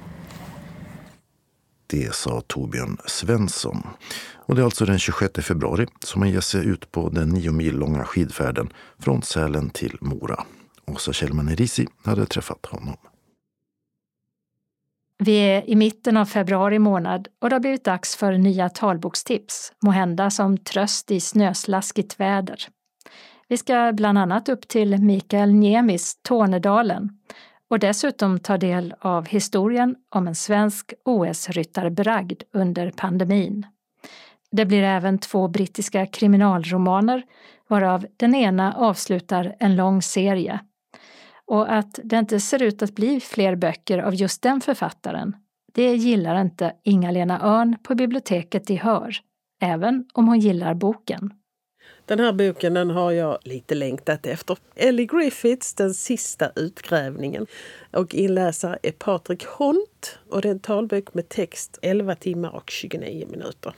Det sa Torbjörn Svensson. Och det är alltså den 26 februari som man ger sig ut på den 9 mil långa skidfärden från Sälen till Mora. Åsa Kjellman-Erisi hade träffat honom. Vi är i mitten av februari månad och det har blivit dags för nya talbokstips, måhända som tröst i snöslaskigt väder. Vi ska bland annat upp till Mikael Niemis Tornedalen och dessutom ta del av historien om en svensk OS-ryttarbragd under pandemin. Det blir även 2 brittiska kriminalromaner, varav den ena avslutar en lång serie. Och att det inte ser ut att bli fler böcker av just den författaren, det gillar inte Inga-Lena Örn på biblioteket i Hör, även om hon gillar boken. Den här boken den har jag lite längtat efter. Ellie Griffiths, Den sista utgrävningen. Och inläsare är Patrik Hont och det är en talbok med text 11 timmar och 29 minuter.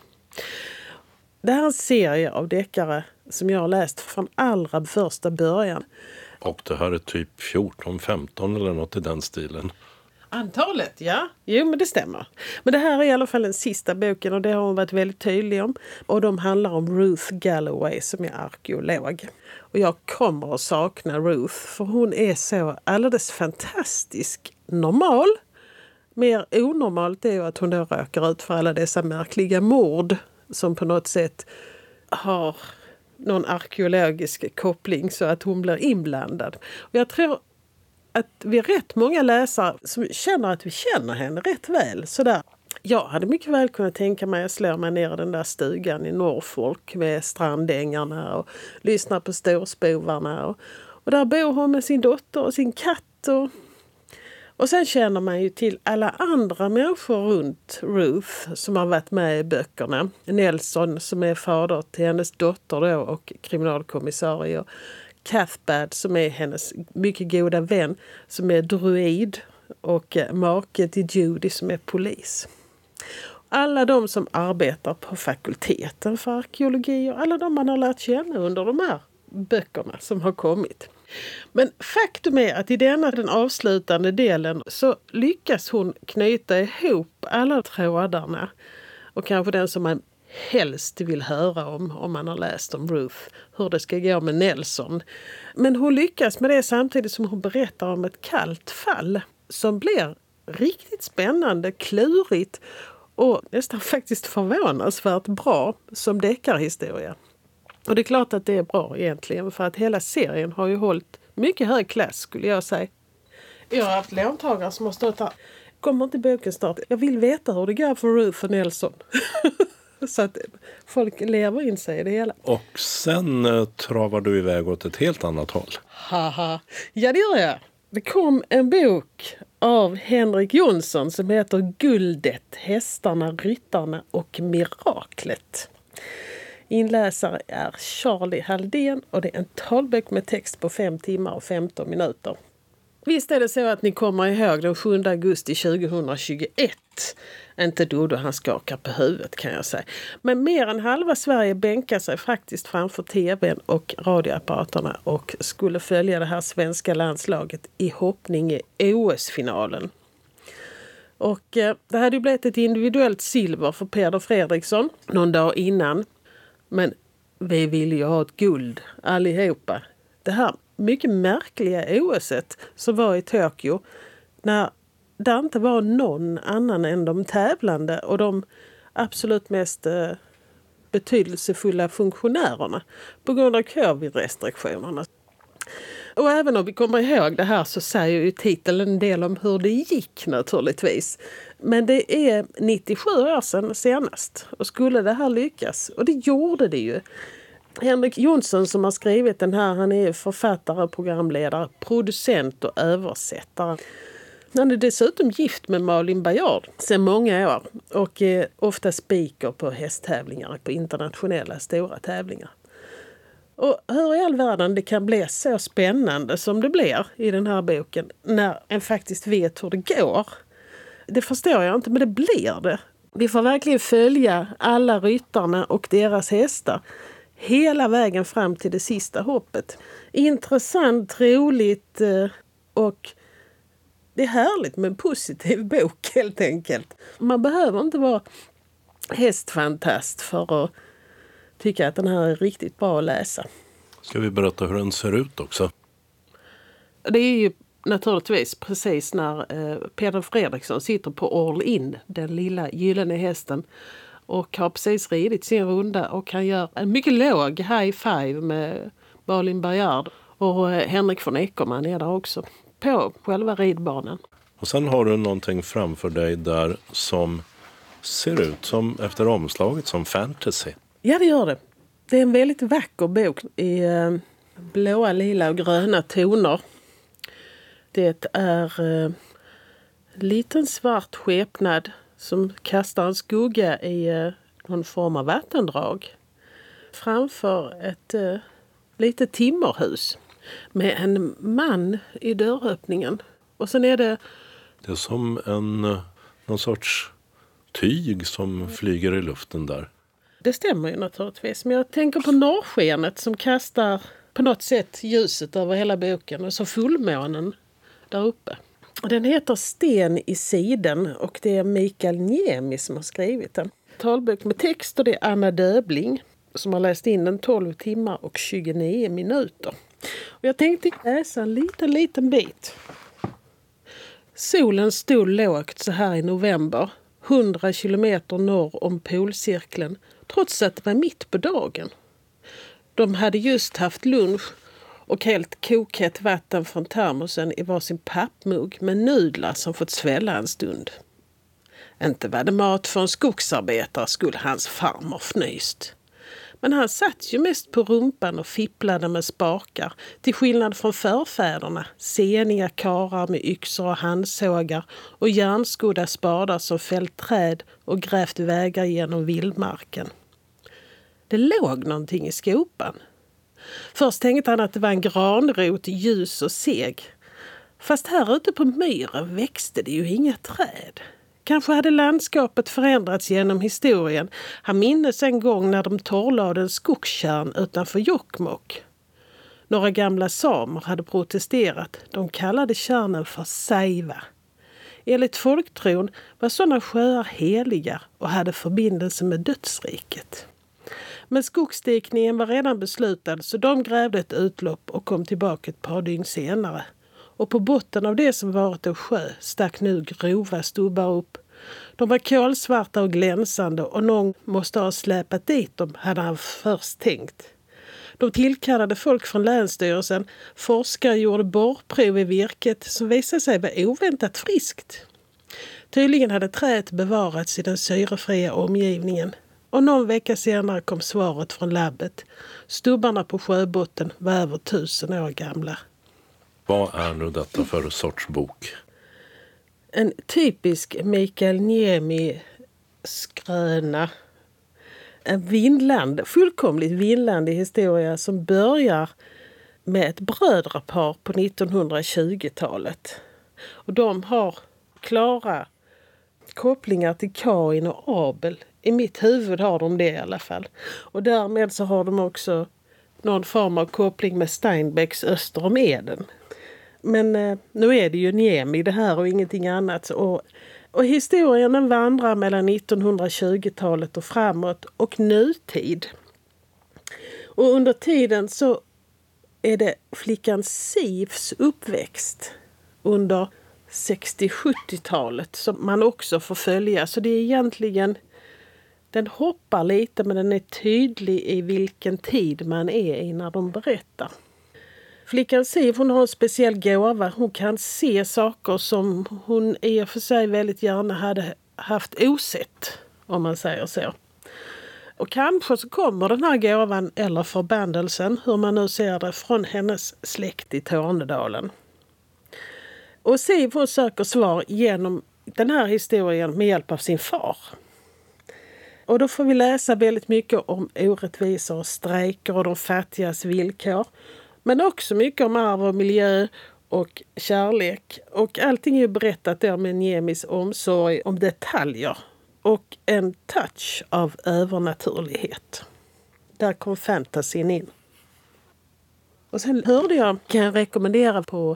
Det här är en serie av deckare som jag har läst från allra första början. Och det här är typ 14-15 eller något i den stilen. Antalet, ja. Jo, men det stämmer. Men det här är i alla fall den sista boken och det har hon varit väldigt tydlig om. Och de handlar om Ruth Galloway som är arkeolog. Och jag kommer att sakna Ruth för hon är så alldeles fantastisk normal. Mer onormalt är ju att hon då röker ut för alla dessa märkliga mord som på något sätt har någon arkeologisk koppling så att hon blir inblandad. Och jag tror att vi är rätt många läsare som känner att vi känner henne rätt väl. Sådär. Jag hade mycket väl kunnat tänka mig att slå mig ner i den där stugan i Norfolk med strandängarna och lyssna på storspovarna. Och där bor hon med sin dotter och sin katt. Och sen känner man ju till alla andra människor runt Ruth som har varit med i böckerna. Nelson som är fader till hennes dotter då och kriminalkommissarie och Cathbad som är hennes mycket goda vän som är druid och make till Judy som är polis. Alla de som arbetar på fakulteten för arkeologi och alla de man har lärt känna under de här böckerna som har kommit. Men faktum är att i den avslutande delen så lyckas hon knyta ihop alla trådarna och kanske den som man helst vill höra om man har läst om Ruth. Hur det ska gå med Nelson. Men hon lyckas med det samtidigt som hon berättar om ett kallt fall som blir riktigt spännande, klurigt och nästan faktiskt förvånansvärt bra som deckarhistoria. Och det är klart att det är bra egentligen, för att hela serien har ju hållit mycket hög klass, skulle jag säga. Jag har haft låntagare som har stått här. Kommer inte boken snart? Jag vill veta hur det går för Ruth och Nelson. Så att folk lever in sig i det hela. Och sen travar du iväg åt ett helt annat håll. Haha, ja det gör jag. Det kom en bok av Henrik Jonsson som heter Guldet, hästarna, ryttarna och miraklet. Inläsare är Charlie Halldén och det är en talbok med text på 5 timmar och 15 minuter. Visst är det så att ni kommer ihåg den 7 augusti 2021. Inte Dodo, han skakar på huvudet kan jag säga. Men mer än halva Sverige bänkar sig faktiskt framför tvn och radioapparaterna och skulle följa det här svenska landslaget i hoppning i OS-finalen. Och det hade ju blivit ett individuellt silver för Peder Fredriksson någon dag innan. Men vi vill ju ha ett guld allihopa. Det här mycket märkliga OS:et som var i Tokyo när det inte var någon annan än de tävlande och de absolut mest betydelsefulla funktionärerna på grund av covid-restriktionerna. Och även om vi kommer ihåg det här så säger ju titeln en del om hur det gick naturligtvis. Men det är 97 år sedan senast och skulle det här lyckas, och det gjorde det ju. Henrik Jonsson som har skrivit den här, han är författare, programledare, producent och översättare. Han är dessutom gift med Malin Baryard sedan många år och är ofta speaker på hästtävlingar, på internationella stora tävlingar. Och hur i all världen det kan bli så spännande som det blir i den här boken när en faktiskt vet hur det går. Det förstår jag inte, men det blir det. Vi får verkligen följa alla ryttarna och deras hästar hela vägen fram till det sista hoppet. Intressant, roligt och det är härligt med en positiv bok helt enkelt. Man behöver inte vara hästfantast för att tycka att den här är riktigt bra att läsa. Ska vi berätta hur den ser ut också? Det är ju naturligtvis precis när Peder Fredriksson sitter på All In, den lilla gyllene hästen, och har precis ridit sin runda och han gör en mycket låg high five med Malin Baryard och Henrik von Eckermann är där också på själva ridbanan. Och sen har du någonting framför dig där som ser ut som efter omslaget som fantasy. Ja, det gör det. Det är en väldigt vacker bok i blåa, lila och gröna toner. Det är en liten svart skepnad som kastar en skugga i någon form av vattendrag framför ett litet timmerhus med en man i dörröppningen. Och sen är det... Det är som någon sorts tyg som flyger i luften där. Det stämmer ju naturligtvis. Men jag tänker på norrskenet som kastar på något sätt ljuset över hela boken. Och så fullmånen där uppe. Och den heter Sten i siden och det är Mikael Niemi som har skrivit den. Talbok med text och det är Anna Döbling som har läst in den 12 timmar och 29 minuter. Och jag tänkte läsa en liten bit. Solen stod lågt så här i november, 100 kilometer norr om polcirkeln, trots att det var mitt på dagen. De hade just haft lunch och helt kokhett vatten från termosen i varsin pappmugg med nudlar som fått svälla en stund. Inte var det mat för en skogsarbetare, skulle hans farmor fnyst. Men han satt ju mest på rumpan och fipplade med spakar, till skillnad från förfäderna, seniga karar med yxor och handsågar och järnskodda spadar som fällt träd och grävt vägar genom vildmarken. Det låg någonting i skopan. Först tänkte han att det var en granrot, ljus och seg. Fast här ute på myren växte det ju inga träd. Kanske hade landskapet förändrats genom historien. Han minns en gång när de torrlade en skogskärn utanför Jokkmokk. Några gamla samer hade protesterat. De kallade kärnen för Saiva. Enligt folktron var sådana sjöar heliga och hade förbindelse med dödsriket. Men skogsdikningen var redan beslutad så de grävde ett utlopp och kom tillbaka ett par dygn senare. Och på botten av det som varit en sjö stack nu grova stubbar upp. De var kolsvarta och glänsande och någon måste ha släpat dit dem, hade han först tänkt. De tillkallade folk från länsstyrelsen. Forskare gjorde borrprov i virket som visade sig vara oväntat friskt. Tydligen hade träet bevarats i den syrefria omgivningen. Och någon vecka senare kom svaret från labbet. Stubbarna på sjöbotten var över 1000 år gamla. Vad är nu detta för sorts bok? En typisk Mikael Niemi-skröna. En fullkomligt vindlandig historia som börjar med ett brödrapar på 1920-talet. Och de har klara kopplingar till Kain och Abel. I mitt huvud har de det i alla fall. Och därmed så har de också någon form av koppling med Steinbecks Öster om Eden. Men nu är det ju Niemi det här och ingenting annat. Och historien den vandrar mellan 1920-talet och framåt och nutid. Och under tiden så är det flickan Sivs uppväxt under 60-70-talet som man också får följa. Så det är egentligen, den hoppar lite men den är tydlig i vilken tid man är i när de berättar. Flickan Siv, hon har en speciell gåva. Hon kan se saker som hon i och för sig väldigt gärna hade haft osett, om man säger så. Och kanske så kommer den här gåvan eller förbannelsen, hur man nu ser det, från hennes släkt i Tornedalen. Och Siv, hon söker svar genom den här historien med hjälp av sin far. Och då får vi läsa väldigt mycket om orättvisor och strejker och de fattigas villkor. Men också mycket om arv och miljö och kärlek. Och allting är ju berättat där med Niemis omsorg om detaljer. Och en touch av övernaturlighet. Där kom fantasin in. Och sen hörde jag, kan jag rekommendera på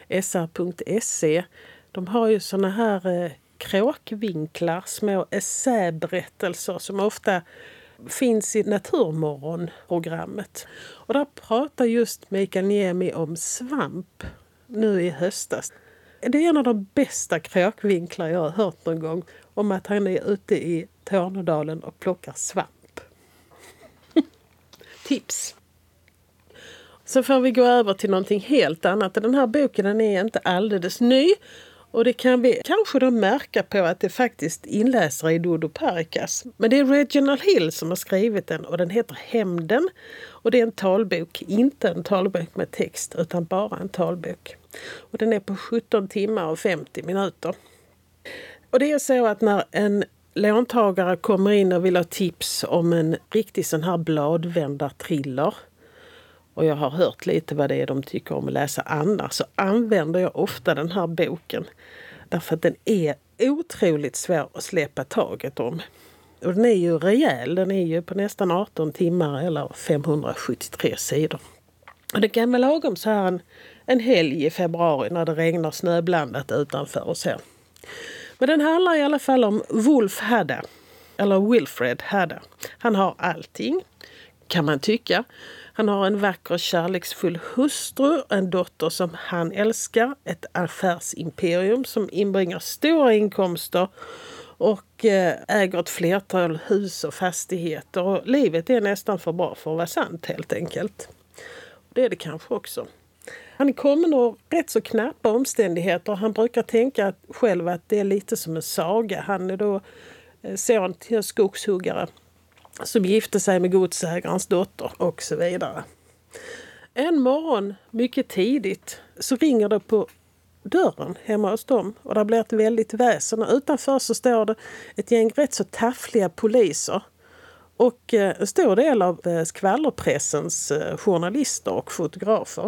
sr.se. De har ju såna här kråkvinklar, små essäberättelser som ofta finns i Naturmorgon-programmet. Och där pratar just Mikael Niemi om svamp nu i höstas. Det är en av de bästa kråkvinklar jag har hört någon gång om att han är ute i Tornedalen och plockar svamp. Tips! Så får vi gå över till någonting helt annat. Den här boken den är inte alldeles ny. Och det kan vi kanske då märka på att det faktiskt inläser i Dodo Parikas. Men det är Reginald Hill som har skrivit den och den heter Hämnden. Och det är en talbok, inte en talbok med text utan bara en talbok. Och den är på 17 timmar och 50 minuter. Och det är så att när en låntagare kommer in och vill ha tips om en riktig sån här bladvändarthriller, och jag har hört lite vad det är de tycker om att läsa annars, så använder jag ofta den här boken. Därför att den är otroligt svår att släppa taget om. Och den är ju rejäl, den är ju på nästan 18 timmar eller 573 sidor. Och det kan vara lagom så här en helg i februari när det regnar snöblandat utanför och så. Men den handlar i alla fall om Wolf Hadda, eller Wilfred Hadda. Han har allting, kan man tycka. Han har en vacker kärleksfull hustru, en dotter som han älskar, ett affärsimperium som inbringar stora inkomster och äger ett flertal hus och fastigheter. Och livet är nästan för bra för att vara sant helt enkelt. Det är det kanske också. Han kommer nog rätt så knappa omständigheter. Han brukar tänka själv att det är lite som en saga. Han är då son till en skogshuggare som gifte sig med godsägarens dotter och så vidare. En morgon, mycket tidigt, så ringer det på dörren hemma hos dem. Och det blir ett väldigt väsen. Och utanför så står det ett gäng rätt så taffliga poliser. Och en stor del av skvallerpressens journalister och fotografer.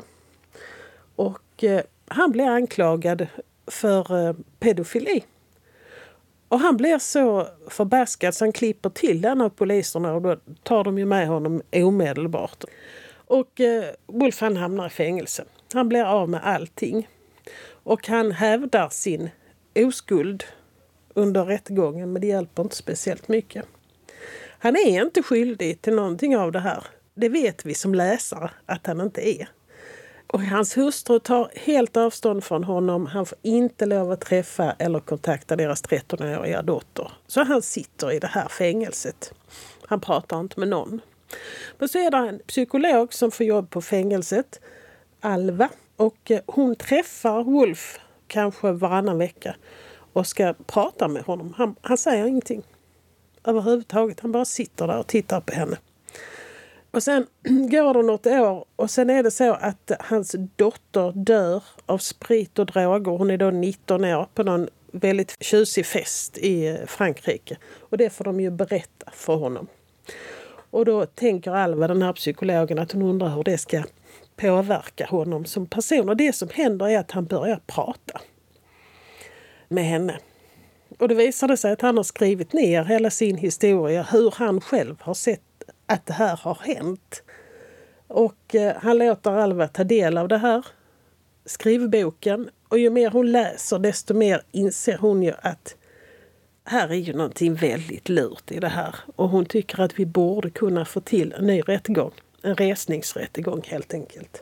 Och han blir anklagad för pedofili. Och han blir så förbaskad så han klipper till den av poliserna och då tar de ju med honom omedelbart. Och Wolf han hamnar i fängelse. Han blir av med allting. Och han hävdar sin oskuld under rättegången, men det hjälper inte speciellt mycket. Han är inte skyldig till någonting av det här. Det vet vi som läsare att han inte är. Och hans hustru tar helt avstånd från honom. Han får inte lov att träffa eller kontakta deras 13-åriga dotter. Så han sitter i det här fängelset. Han pratar inte med någon. Men så är det en psykolog som får jobb på fängelset, Alva. Och hon träffar Wolf kanske varannan vecka och ska prata med honom. Han säger ingenting överhuvudtaget. Han bara sitter där och tittar på henne. Och sen går det något år och sen är det så att hans dotter dör av sprit och droger. Hon är då 19 år på någon väldigt tjusig fest i Frankrike. Och det får de ju berätta för honom. Och då tänker Alva, den här psykologen, att hon undrar hur det ska påverka honom som person. Och det som händer är att han börjar prata med henne. Och det visade sig att han har skrivit ner hela sin historia, hur han själv har sett att det här har hänt. Och han låter Alva ta del av det här skrivboken. Och ju mer hon läser, desto mer inser hon ju att här är ju någonting väldigt lurt i det här. Och hon tycker att vi borde kunna få till en ny rättegång. En resningsrättegång helt enkelt.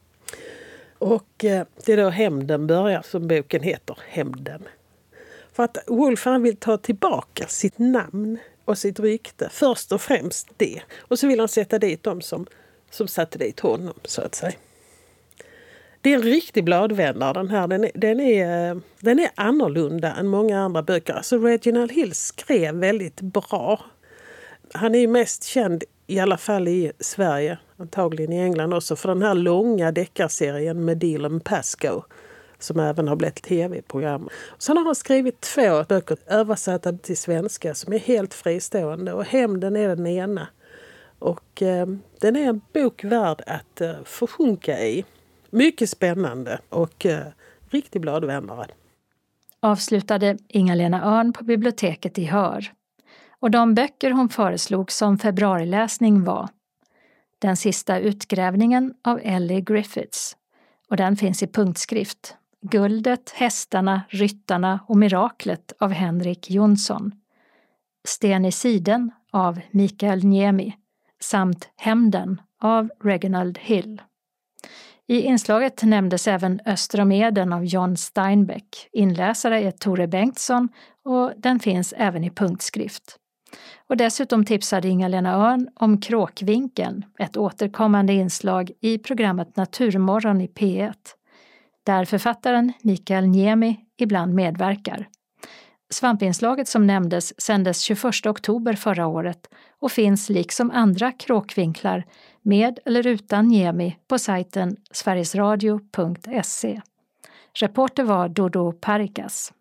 Och det är då Hämnden börjar, som boken heter, Hämnden. För att Wolf, han vill ta tillbaka sitt namn och sitt rykte. Först och främst det. Och så vill han sätta dit dem som satte dit honom, så att säga. Det är en riktig bladvändare den här. Den är annorlunda än många andra böcker. Alltså Reginald Hill skrev väldigt bra. Han är ju mest känd, i alla fall i Sverige, antagligen i England också, för den här långa deckarserien med Dylan Pascoe, som även har blivit tv-program. Sen har han skrivit 2 böcker översatta till svenska som är helt fristående. Och Hämnden är den ena. Och den är en bok värd att försjunka i. Mycket spännande och riktig bladvändare. Avslutade Inga-Lena Örn på biblioteket i Hör. Och de böcker hon föreslog som februariläsning var Den sista utgrävningen av Ellie Griffiths. Och den finns i punktskrift. Guldet, hästarna, ryttarna och miraklet av Henrik Jonsson. Sten i siden av Mikael Niemi samt Hämnden av Reginald Hill. I inslaget nämndes även Öster om Eden av John Steinbeck. Inläsare är Tore Bengtsson och den finns även i punktskrift. Och dessutom tipsade Inga-Lena Örn om Kråkvinkeln, ett återkommande inslag i programmet Naturmorgon i P1. Där författaren Mikael Niemi ibland medverkar. Svampinslaget som nämndes sändes 21 oktober förra året och finns liksom andra kråkvinklar med eller utan Niemi på sajten sverigesradio.se. Reporter var Dodo Parikas.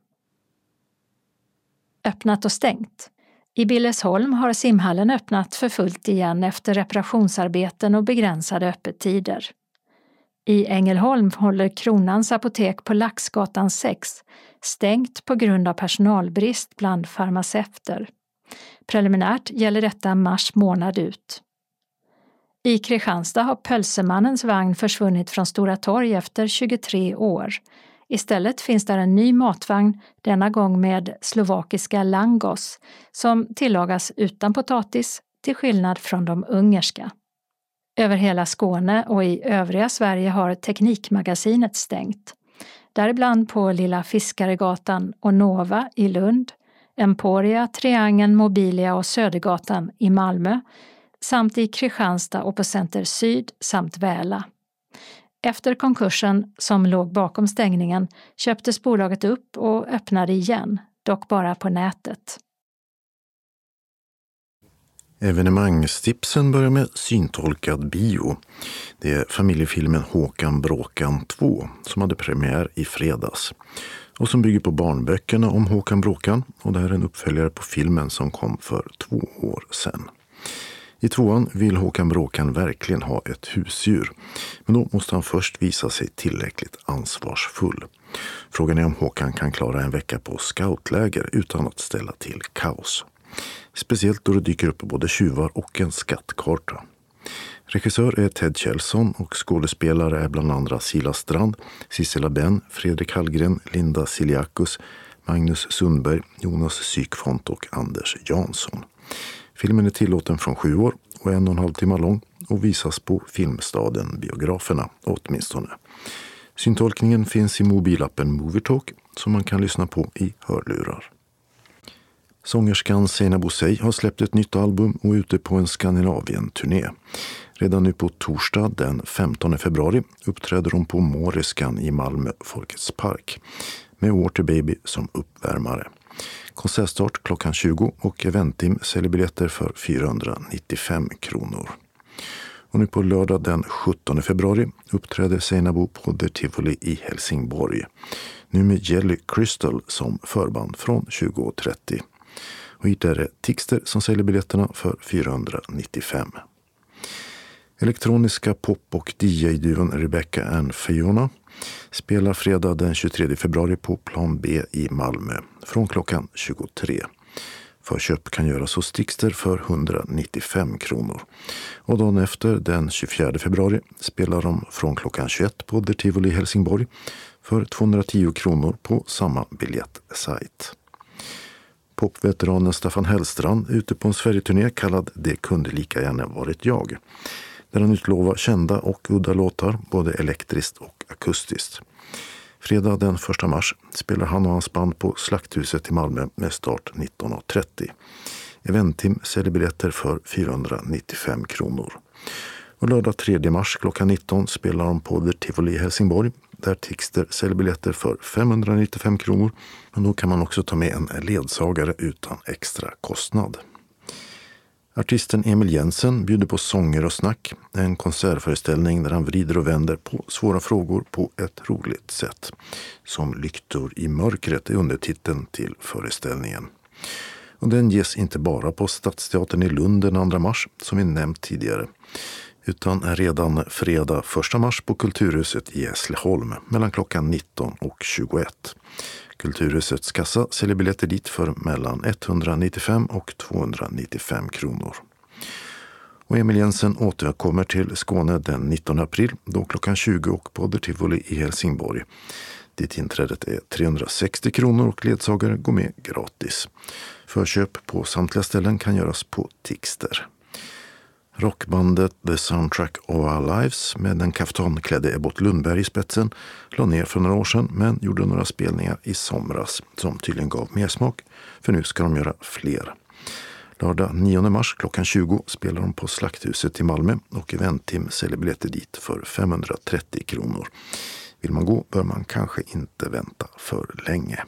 Öppnat och stängt. I Billesholm har simhallen öppnat för fullt igen efter reparationsarbeten och begränsade öppettider. I Ängelholm håller Kronans apotek på Laxgatan 6 stängt på grund av personalbrist bland farmaceuter. Preliminärt gäller detta mars månad ut. I Kristianstad har Pölsemannens vagn försvunnit från Stora torg efter 23 år. Istället finns där en ny matvagn, denna gång med slovakiska langos, som tillagas utan potatis till skillnad från de ungerska. Över hela Skåne och i övriga Sverige har Teknikmagasinet stängt. Däribland på Lilla Fiskaregatan och Nova i Lund, Emporia, Triangeln, Mobilia och Södergatan i Malmö, samt i Kristianstad och på Center Syd samt Väla. Efter konkursen som låg bakom stängningen köptes bolaget upp och öppnade igen, dock bara på nätet. Evenemangstipsen börjar med syntolkad bio. Det är familjefilmen Håkan Bråkan 2 som hade premiär i fredags och som bygger på barnböckerna om Håkan Bråkan, och det här är en uppföljare på filmen som kom för 2 år sedan. I 2:an vill Håkan Bråkan verkligen ha ett husdjur, men då måste han först visa sig tillräckligt ansvarsfull. Frågan är om Håkan kan klara en vecka på scoutläger utan att ställa till kaos. Speciellt då det dyker upp både tjuvar och en skattkarta. Regissör är Ted Kjellson och skådespelare är bland andra Sila Strand, Sissela Benn, Fredrik Hallgren, Linda Siliakus, Magnus Sundberg, Jonas Sykfont och Anders Jansson. Filmen är tillåten från 7 år och 1,5 timmar lång och visas på Filmstaden biograferna åtminstone. Syntolkningen finns i mobilappen Movietalk som man kan lyssna på i hörlurar. Sångerskan Seinabo Sey har släppt ett nytt album och är ute på en Skandinavien-turné. Redan nu på torsdag den 15 februari uppträder hon på Moriskan i Malmö Folkets park med Water Baby som uppvärmare. Konsertstart klockan 20 och Eventim säljer biljetter för 495 kronor. Och nu på lördag den 17 februari uppträder Seinabo på The Tivoli i Helsingborg. Nu med Jelly Crystal som förband från 20.30. Och hit är det Tixter som säljer biljetterna för 495. Elektroniska pop- och DJ-duon Rebecca and Fiona spelar fredag den 23 februari på Plan B i Malmö från klockan 23. Förköp kan göras hos Tixter för 195 kronor. Och dagen efter den 24 februari spelar de från klockan 21 på The Tivoli i Helsingborg för 210 kronor på samma biljettsajt. Popveteranen Staffan Hellstrand ute på en Sverigeturné kallad Det kunde lika gärna varit jag. Där han utlovar kända och udda låtar både elektriskt och akustiskt. Fredag den 1 mars spelar han och hans band på Slakthuset i Malmö med start 19.30. Eventim säljer biljetter för 495 kronor. Och lördag 3 mars klockan 19 spelar de på The Tivoli i Helsingborg där Tixter säljer biljetter för 595 kronor. Men då kan man också ta med en ledsagare utan extra kostnad. Artisten Emil Jensen bjuder på sånger och snack, en konsertföreställning där han vrider och vänder på svåra frågor på ett roligt sätt. Som lyktor i mörkret är undertiteln till föreställningen. Och den ges inte bara på Stadsteatern i Lund den 2 mars som vi nämnt tidigare, utan är redan fredag 1 mars på Kulturhuset i Hässleholm mellan klockan 19 och 21. Kulturhusets kassa säljer biljetter dit för mellan 195 och 295 kronor. Och Emil Jensen återkommer till Skåne den 19 april, då klockan 20 och på The Tivoli i Helsingborg. Dit inträdet är 360 kronor och ledsagare går med gratis. Förköp på samtliga ställen kan göras på Tixter. Rockbandet The Soundtrack of Our Lives med den kaftanklädde Ebbot Lundberg i spetsen la ner för några år sedan men gjorde några spelningar i somras som tydligen gav mer smak, för nu ska de göra fler. Lördag 9 mars klockan 20 spelar de på Slakthuset i Malmö och Eventim säljer biljetter dit för 530 kronor. Vill man gå bör man kanske inte vänta för länge.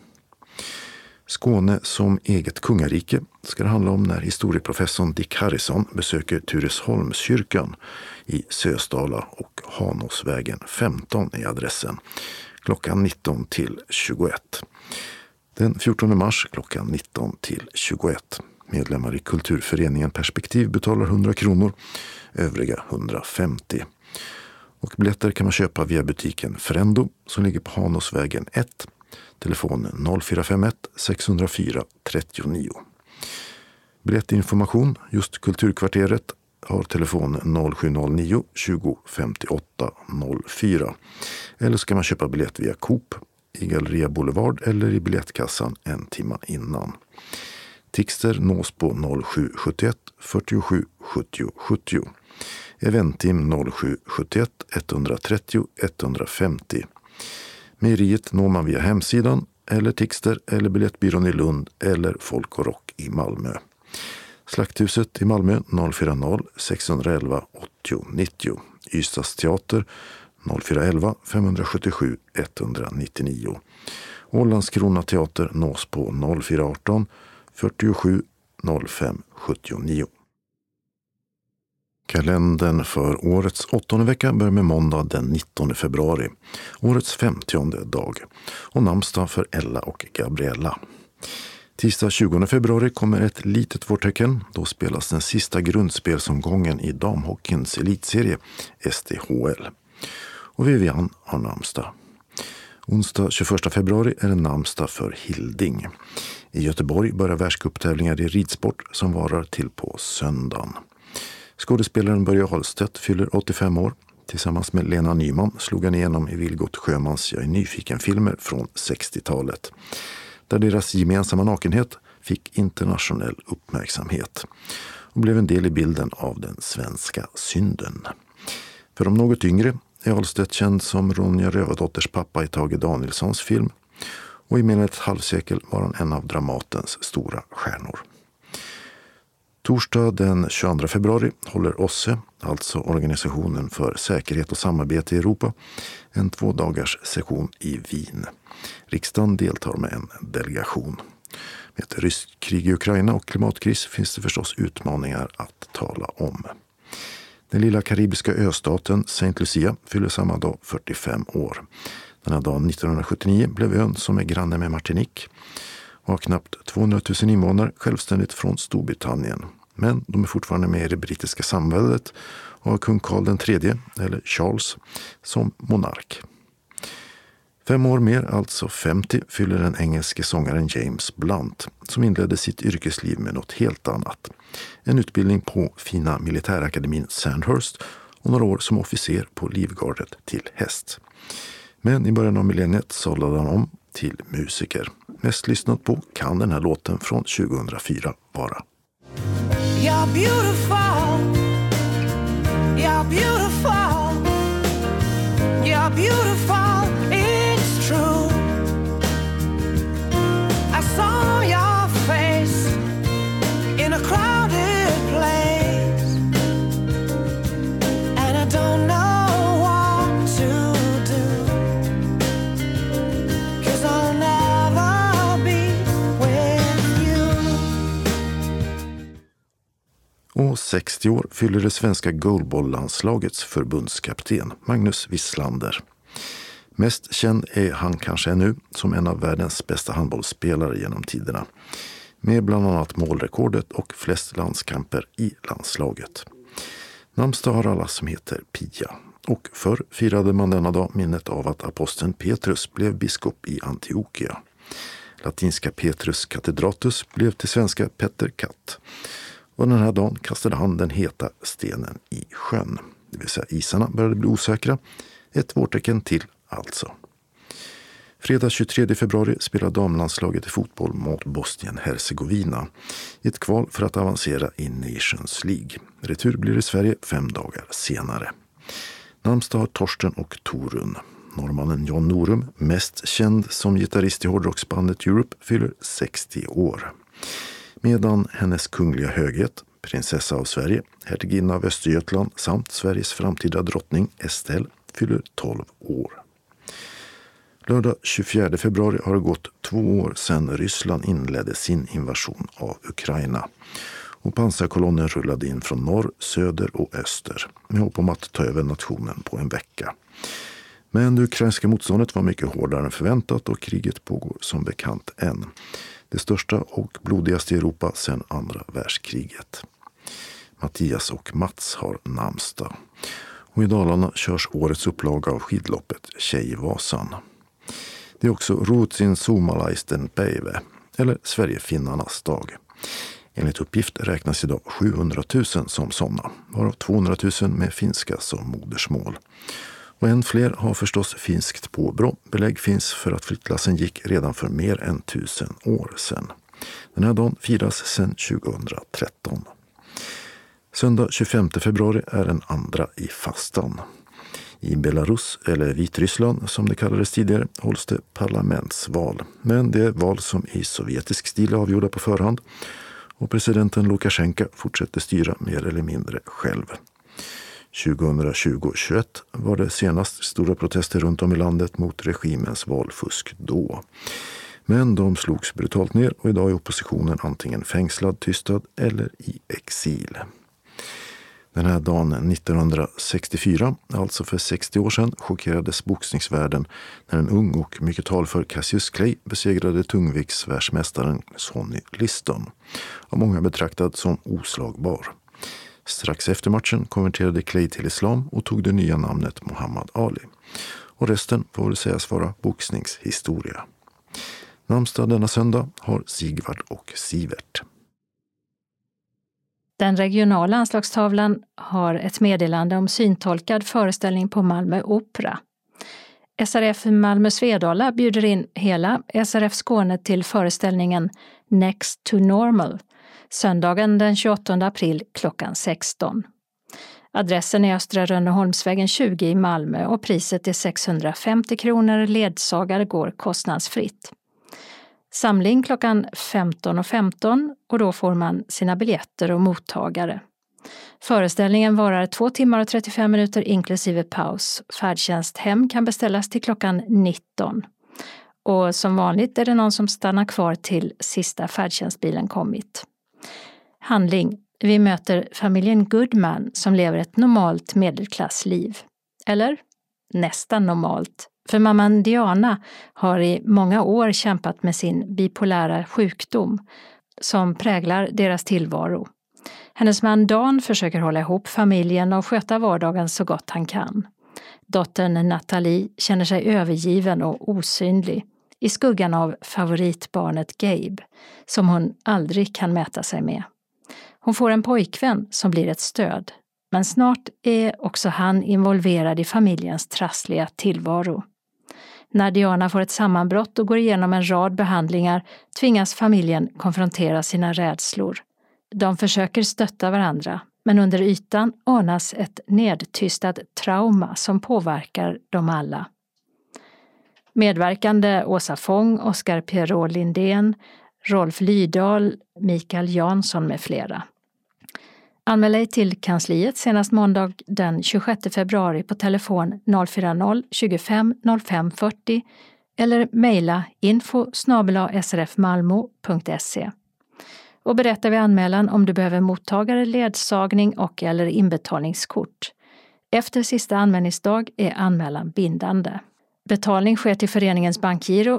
Skåne som eget kungarike ska det handla om när historieprofessorn Dick Harrison besöker Turesholmskyrkan i Sösdala och Hanåsvägen 15 i adressen klockan 19 till 21. Den 14 mars klockan 19 till 21. Medlemmar i kulturföreningen Perspektiv betalar 100 kronor, övriga 150. Och biljetter kan man köpa via butiken Frendo som ligger på Hanåsvägen 1. Telefon 0451 604 39. Biljettinformation just Kulturkvarteret har telefon 0709 20 58 04. Eller ska man köpa biljett via Coop i Galleria Boulevard eller i biljettkassan en timme innan. Tixter nås på 0771 47 70 70. Eventim 0771 130 150. Mejeriet når man via hemsidan eller Tixter eller Biljettbyrån i Lund eller Folk och Rock i Malmö. Slakthuset i Malmö 040 611 80 90. Ystads teater 0411 577 199. Ålandskrona teater nås på 0418 47 05 79. Kalendern för årets 8:e vecka börjar med måndag den 19 februari, årets 50:e dag, och namnsdag för Ella och Gabriella. Tisdag 20 februari kommer ett litet vårtecken, då spelas den sista grundspelsomgången i damhockeyns elitserie SDHL. Och Vivian har namnsdag. Onsdag 21 februari är det namnsdag för Hilding. I Göteborg börjar världscuptävlingar i ridsport som varar till på söndagen. Skådespelaren Börje Holstedt fyller 85 år. Tillsammans med Lena Nyman slog han igenom i Vilgot Sjömans Jag är nyfiken-filmer från 60-talet. där deras gemensamma nakenhet fick internationell uppmärksamhet och blev en del i bilden av den svenska synden. För de något yngre är Ahlstedt känd som Ronja Rövardotters pappa i Tage Danielssons film, och i mer än ett halvsekel var han en av Dramatens stora stjärnor. Torsdag den 22 februari håller OSSE, alltså Organisationen för säkerhet och samarbete i Europa, en 2-dagars session i Wien. Riksdagen deltar med en delegation. Med ett ryskt krig i Ukraina och klimatkris finns det förstås utmaningar att tala om. Den lilla karibiska östaten St. Lucia fyller samma dag 45 år. Den här dagen 1979 blev ön, som är granne med Martinique, och har knappt 200 000 invånare, självständigt från Storbritannien. Men de är fortfarande med i det brittiska samväldet och har kung Karl III, eller Charles, som monark. 5 år mer, alltså 50, fyller den engelske sångaren James Blunt, som inledde sitt yrkesliv med något helt annat. En utbildning på fina militärakademin Sandhurst och några år som officer på livgardet till häst. Men i början av millenniet sållade han om till musiker. Mest lyssnat på kan den här låten från 2004 vara. You're beautiful, you're beautiful, you're beautiful, it's true. I saw your face in a crowded place, and I don't know what to do, 'cause I'll never be with you. Och 60 år fyller det svenska goalball-landslagets förbundskapten Magnus Wisslander. Mest känd är han kanske nu som en av världens bästa handbollsspelare genom tiderna, med bland annat målrekordet och flest landskamper i landslaget. Namnsdag har alla som heter Pia, och förr firade man denna dag minnet av att aposteln Petrus blev biskop i Antiochia. Latinska Petrus Cathedratus blev till svenska Petter Katt. Och den här dagen kastade han den heta stenen i sjön. Det vill säga isarna började bli osäkra. Ett vårtecken till alltså. Fredag 23 februari spelar damlandslaget i fotboll mot Bosnien-Hercegovina i ett kval för att avancera i Nations League. Retur blir i Sverige 5 dagar senare. Namnsdag har Torsten och Torun. Norrmannen John Norum, mest känd som gitarrist i hårdrocksbandet Europe, fyller 60 år. Medan hennes kungliga höghet, prinsessa av Sverige, hertiginna av Östergötland samt Sveriges framtida drottning Estelle, fyller 12 år. Lördag 24 februari har det gått 2 år sedan Ryssland inledde sin invasion av Ukraina. Och pansarkolonnen rullade in från norr, söder och öster med hopp om att ta över nationen på en vecka. Men det ukrainska motståndet var mycket hårdare än förväntat och kriget pågår som bekant än. Det största och blodigaste i Europa sedan andra världskriget. Mattias och Mats har namnsdag. Och i Dalarna körs årets upplaga av skidloppet Tjejvasan. Det är också Ruotsin Suomalaisten päivä, eller Sverigefinnarnas dag. Enligt uppgift räknas idag 700 000 som sådana, varav 200 000 med finska som modersmål. Och än fler har förstås finskt påbrå. Belägg finns för att flyttlassen gick redan för mer än 1000 år sedan. Den här dagen firas sedan 2013. Söndag 25 februari är den andra i fastan. I Belarus, eller Vitryssland som det kallades tidigare, hålls det parlamentsval. Men det är val som i sovjetisk stil är avgjorda på förhand. Och presidenten Lukasjenko fortsätter styra mer eller mindre själv. 2020-21 var det senast stora protester runt om i landet mot regimens valfusk då. Men de slogs brutalt ner och idag är oppositionen antingen fängslad, tystad eller i exil. Den här dagen 1964, alltså för 60 år sedan, chockerades boxningsvärlden när en ung och mycket talför Cassius Clay besegrade tungviktsvärldsmästaren Sonny Liston, av många betraktad som oslagbar. Strax efter matchen konverterade Clay till islam och tog det nya namnet Muhammad Ali. Och resten får väl sägas vara boxningshistoria. Namnsdag denna söndag har Sigvard och Sivert. Den regionala anslagstavlan har ett meddelande om syntolkad föreställning på Malmö Opera. SRF Malmö Svedala bjuder in hela SRF Skåne till föreställningen Next to Normal, söndagen den 28 april klockan 16. Adressen är Östra Rönneholmsvägen 20 i Malmö och priset är 650 kronor. Ledsagare går kostnadsfritt. Samling klockan 15.15 och då får man sina biljetter och mottagare. Föreställningen varar 2 timmar och 35 minuter inklusive paus. Färdtjänst hem kan beställas till klockan 19. Och som vanligt är det någon som stannar kvar till sista färdtjänstbilen kommit. Handling. Vi möter familjen Goodman som lever ett normalt medelklassliv. Eller nästan normalt. För mamman Diana har i många år kämpat med sin bipolära sjukdom som präglar deras tillvaro. Hennes man Dan försöker hålla ihop familjen och sköta vardagen så gott han kan. Dottern Nathalie känner sig övergiven och osynlig i skuggan av favoritbarnet Gabe, som hon aldrig kan mäta sig med. Hon får en pojkvän som blir ett stöd, men snart är också han involverad i familjens trassliga tillvaro. När Diana får ett sammanbrott och går igenom en rad behandlingar tvingas familjen konfrontera sina rädslor. De försöker stötta varandra, men under ytan anas ett nedtystat trauma som påverkar dem alla. Medverkande Åsa Fång, Oskar Pierrot Lindén, Rolf Lydahl, Mikael Jansson med flera. Anmäl dig till kansliet senast måndag den 26 februari på telefon 040 25 05 40 eller mejla info@srfmalmo.se. Och berätta vid anmälan om du behöver mottagare, ledsagning och eller inbetalningskort. Efter sista anmälningsdag är anmälan bindande. Betalning sker till föreningens bankgiro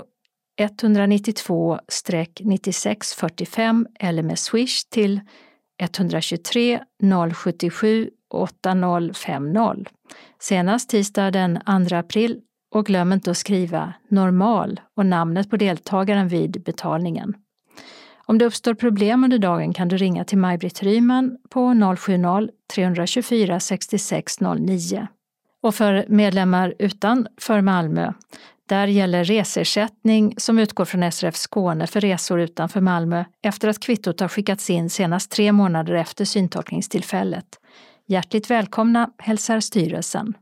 192-9645 eller med Swish till 123 077 8050. Senast tisdag den 2 april, och glöm inte att skriva normal och namnet på deltagaren vid betalningen. Om det uppstår problem under dagen kan du ringa till Maj-Britt Ryman på 070-324 6609. Och för medlemmar utanför Malmö, där gäller resersättning som utgår från SRF Skåne för resor utanför Malmö efter att kvittot har skickats in senast 3 månader efter syntolkningstillfället. Hjärtligt välkomna, hälsar styrelsen.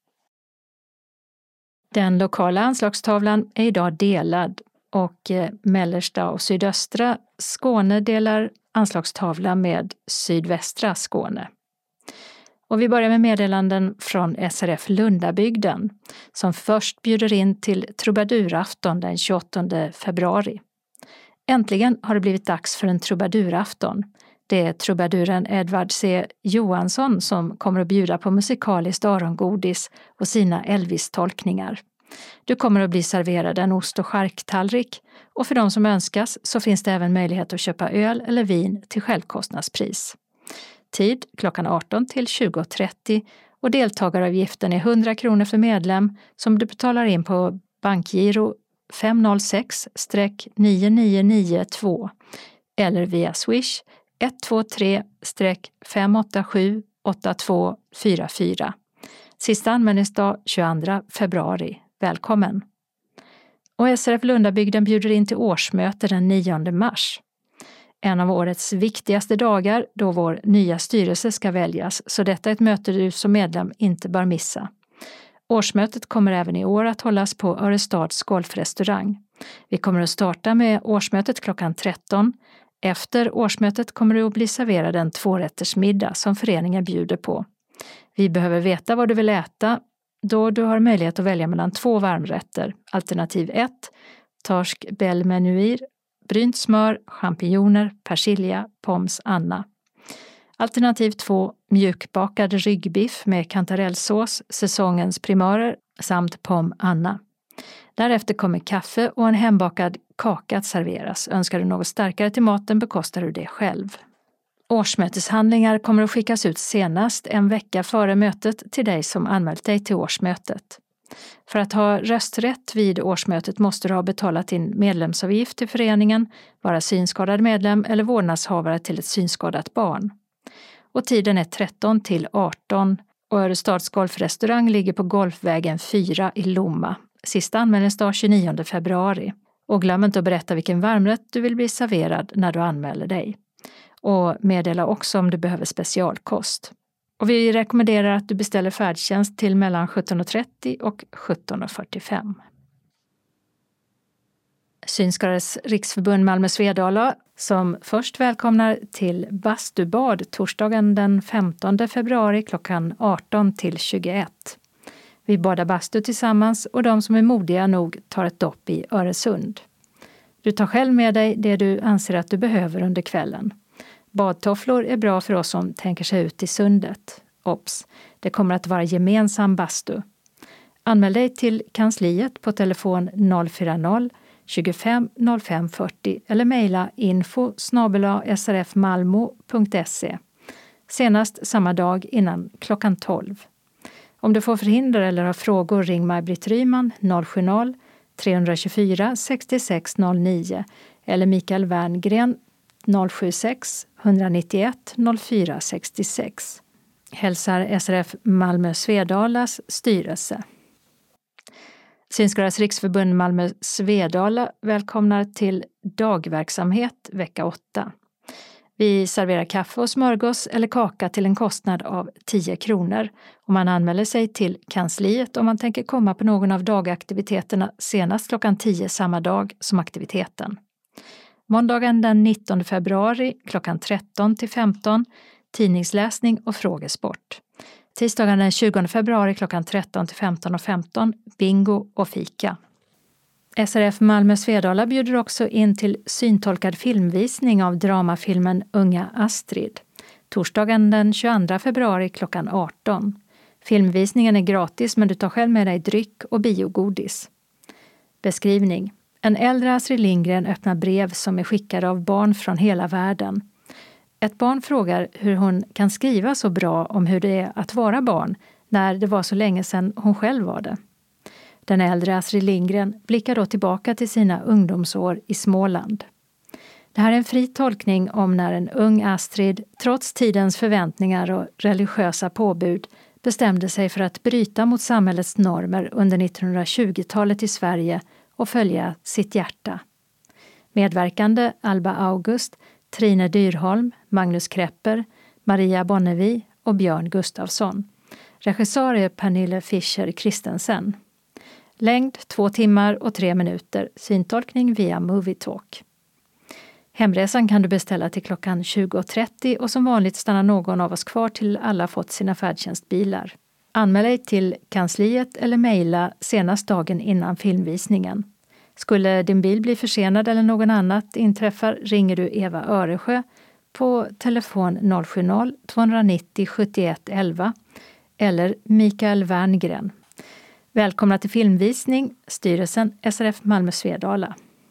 Den lokala anslagstavlan är idag delad och mellersta och sydöstra Skåne delar anslagstavla med sydvästra Skåne. Och vi börjar med meddelanden från SRF Lundabygden som först bjuder in till trubadurafton den 28 februari. Äntligen har det blivit dags för en trubadurafton. Det är trubaduren Edvard C. Johansson som kommer att bjuda på musikaliskt örongodis och sina Elvis-tolkningar. Du kommer att bli serverad en ost- och charktallrik, och för de som önskas så finns det även möjlighet att köpa öl eller vin till självkostnadspris. Tid klockan 18 till 20.30 och deltagaravgiften är 100 kronor för medlem som du betalar in på bankgiro 506-9992 eller via Swish 123-587-8244. Sista anmälningsdag 22 februari. Välkommen! Och SRF Lundabygden bjuder in till årsmöte den 9 mars. En av årets viktigaste dagar då vår nya styrelse ska väljas, så detta är ett möte du som medlem inte bör missa. Årsmötet kommer även i år att hållas på Örestads golfrestaurang. Vi kommer att starta med årsmötet klockan 13. Efter årsmötet kommer du att bli serverad en 2-rättersmiddag som föreningen bjuder på. Vi behöver veta vad du vill äta, då du har möjlighet att välja mellan 2 varmrätter. Alternativ 1, torsk belle menuire, brynt smör, champinjoner, persilja, pommes Anna. Alternativ 2, mjukbakad ryggbiff med kantarellsås, säsongens primörer samt pommes Anna. Därefter kommer kaffe och en hembakad kaka att serveras. Önskar du något starkare till maten bekostar du det själv. Årsmöteshandlingar kommer att skickas ut senast en vecka före mötet till dig som anmält dig till årsmötet. För att ha rösträtt vid årsmötet måste du ha betalat din medlemsavgift till föreningen, vara synskadad medlem eller vårdnadshavare till ett synskadat barn. Och tiden är 13 till 18 Och Örestads golfrestaurang ligger på Golfvägen 4 i Lomma. Sista anmälningsdag 29 februari. Och glöm inte att berätta vilken varmrätt du vill bli serverad när du anmäler dig. Och meddela också om du behöver specialkost. Och vi rekommenderar att du beställer färdtjänst till mellan 17.30 och 17.45. Synskadades riksförbund Malmö Svedala som först välkomnar till bastubad torsdagen den 15 februari klockan 18 till 21. Vi badar bastu tillsammans och de som är modiga nog tar ett dopp i Öresund. Du tar själv med dig det du anser att du behöver under kvällen. Badtofflor är bra för oss som tänker sig ut i sundet. Ops, det kommer att vara gemensam bastu. Anmäl dig till kansliet på telefon 040 25 05 40 eller mejla info@srfmalmo.se. Senast samma dag innan klockan 12. Om du får förhinder eller har frågor ring Maj-Britt Ryman 070 324 66 09 eller Mikael Werngren 076 191 04 66. Hälsar SRF Malmö Svedalas styrelse. Synskadades riksförbund Malmö Svedala välkomnar till dagverksamhet vecka 8. Vi serverar kaffe och smörgås eller kaka till en kostnad av 10 kronor. Och man anmäler sig till kansliet om man tänker komma på någon av dagaktiviteterna senast klockan 10 samma dag som aktiviteten. Måndagen den 19 februari klockan 13 till 15, tidningsläsning och frågesport. Tisdagen den 20 februari klockan 13 till 15:15, bingo och fika. SRF Malmö Svedala bjuder också in till syntolkad filmvisning av dramafilmen Unga Astrid. Torsdagen den 22 februari klockan 18. Filmvisningen är gratis men du tar själv med dig dryck och biogodis. Beskrivning. En äldre Astrid Lindgren öppnar brev som är skickade av barn från hela världen. Ett barn frågar hur hon kan skriva så bra om hur det är att vara barn när det var så länge sedan hon själv var det. Den äldre Astrid Lindgren blickar då tillbaka till sina ungdomsår i Småland. Det här är en fri tolkning om när en ung Astrid, trots tidens förväntningar och religiösa påbud, bestämde sig för att bryta mot samhällets normer under 1920-talet i Sverige och följa sitt hjärta. Medverkande Alba August, Trine Dyrholm, Magnus Krepper, Maria Bonnevi och Björn Gustafsson. Regissör är Pernille Fischer Christensen. Längd 2 timmar och 3 minuter, syntolkning via Movietalk. Hemresan kan du beställa till klockan 20.30 och som vanligt stannar någon av oss kvar till alla fått sina färdtjänstbilar. Anmäl dig till kansliet eller mejla senast dagen innan filmvisningen. Skulle din bil bli försenad eller någon annat inträffar ringer du Eva Öresjö på telefon 070-290 71 11 eller Mikael Werngren. Välkomna till filmvisning, styrelsen SRF Malmö Svedala.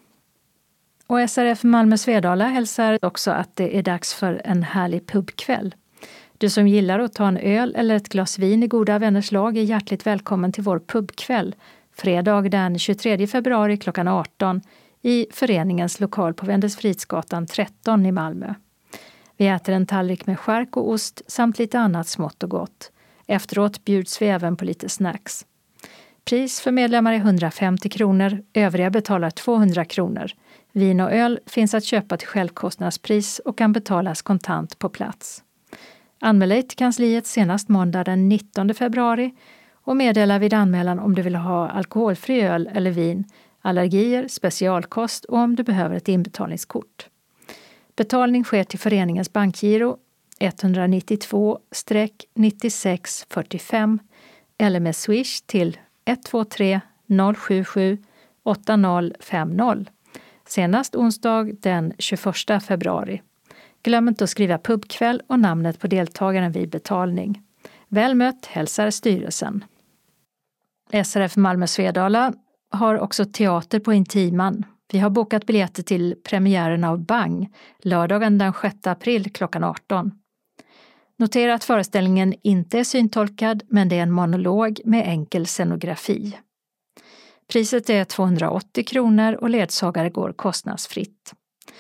Och SRF Malmö Svedala hälsar också att det är dags för en härlig pubkväll. Du som gillar att ta en öl eller ett glas vin i goda vänners lag är hjärtligt välkommen till vår pubkväll. Fredag den 23 februari klockan 18 i föreningens lokal på Wendelsfridsgatan 13 i Malmö. Vi äter en tallrik med skärk och ost samt lite annat smått och gott. Efteråt bjuds vi även på lite snacks. Pris för medlemmar är 150 kronor, övriga betalar 200 kronor. Vin och öl finns att köpa till självkostnadspris och kan betalas kontant på plats. Anmäl dig till kansliet senast måndag den 19 februari och meddela vid anmälan om du vill ha alkoholfri öl eller vin, allergier, specialkost och om du behöver ett inbetalningskort. Betalning sker till föreningens bankgiro 192-9645 eller med Swish till 123 077 8050. Senast onsdag den 21 februari. Glöm inte att skriva pubkväll och namnet på deltagaren vid betalning. Väl mött hälsar styrelsen. SRF Malmö Svedala har också teater på Intiman. Vi har bokat biljetter till premiären av Bang, lördagen den 6 april klockan 18. Notera att föreställningen inte är syntolkad, men det är en monolog med enkel scenografi. Priset är 280 kronor och ledsagare går kostnadsfritt.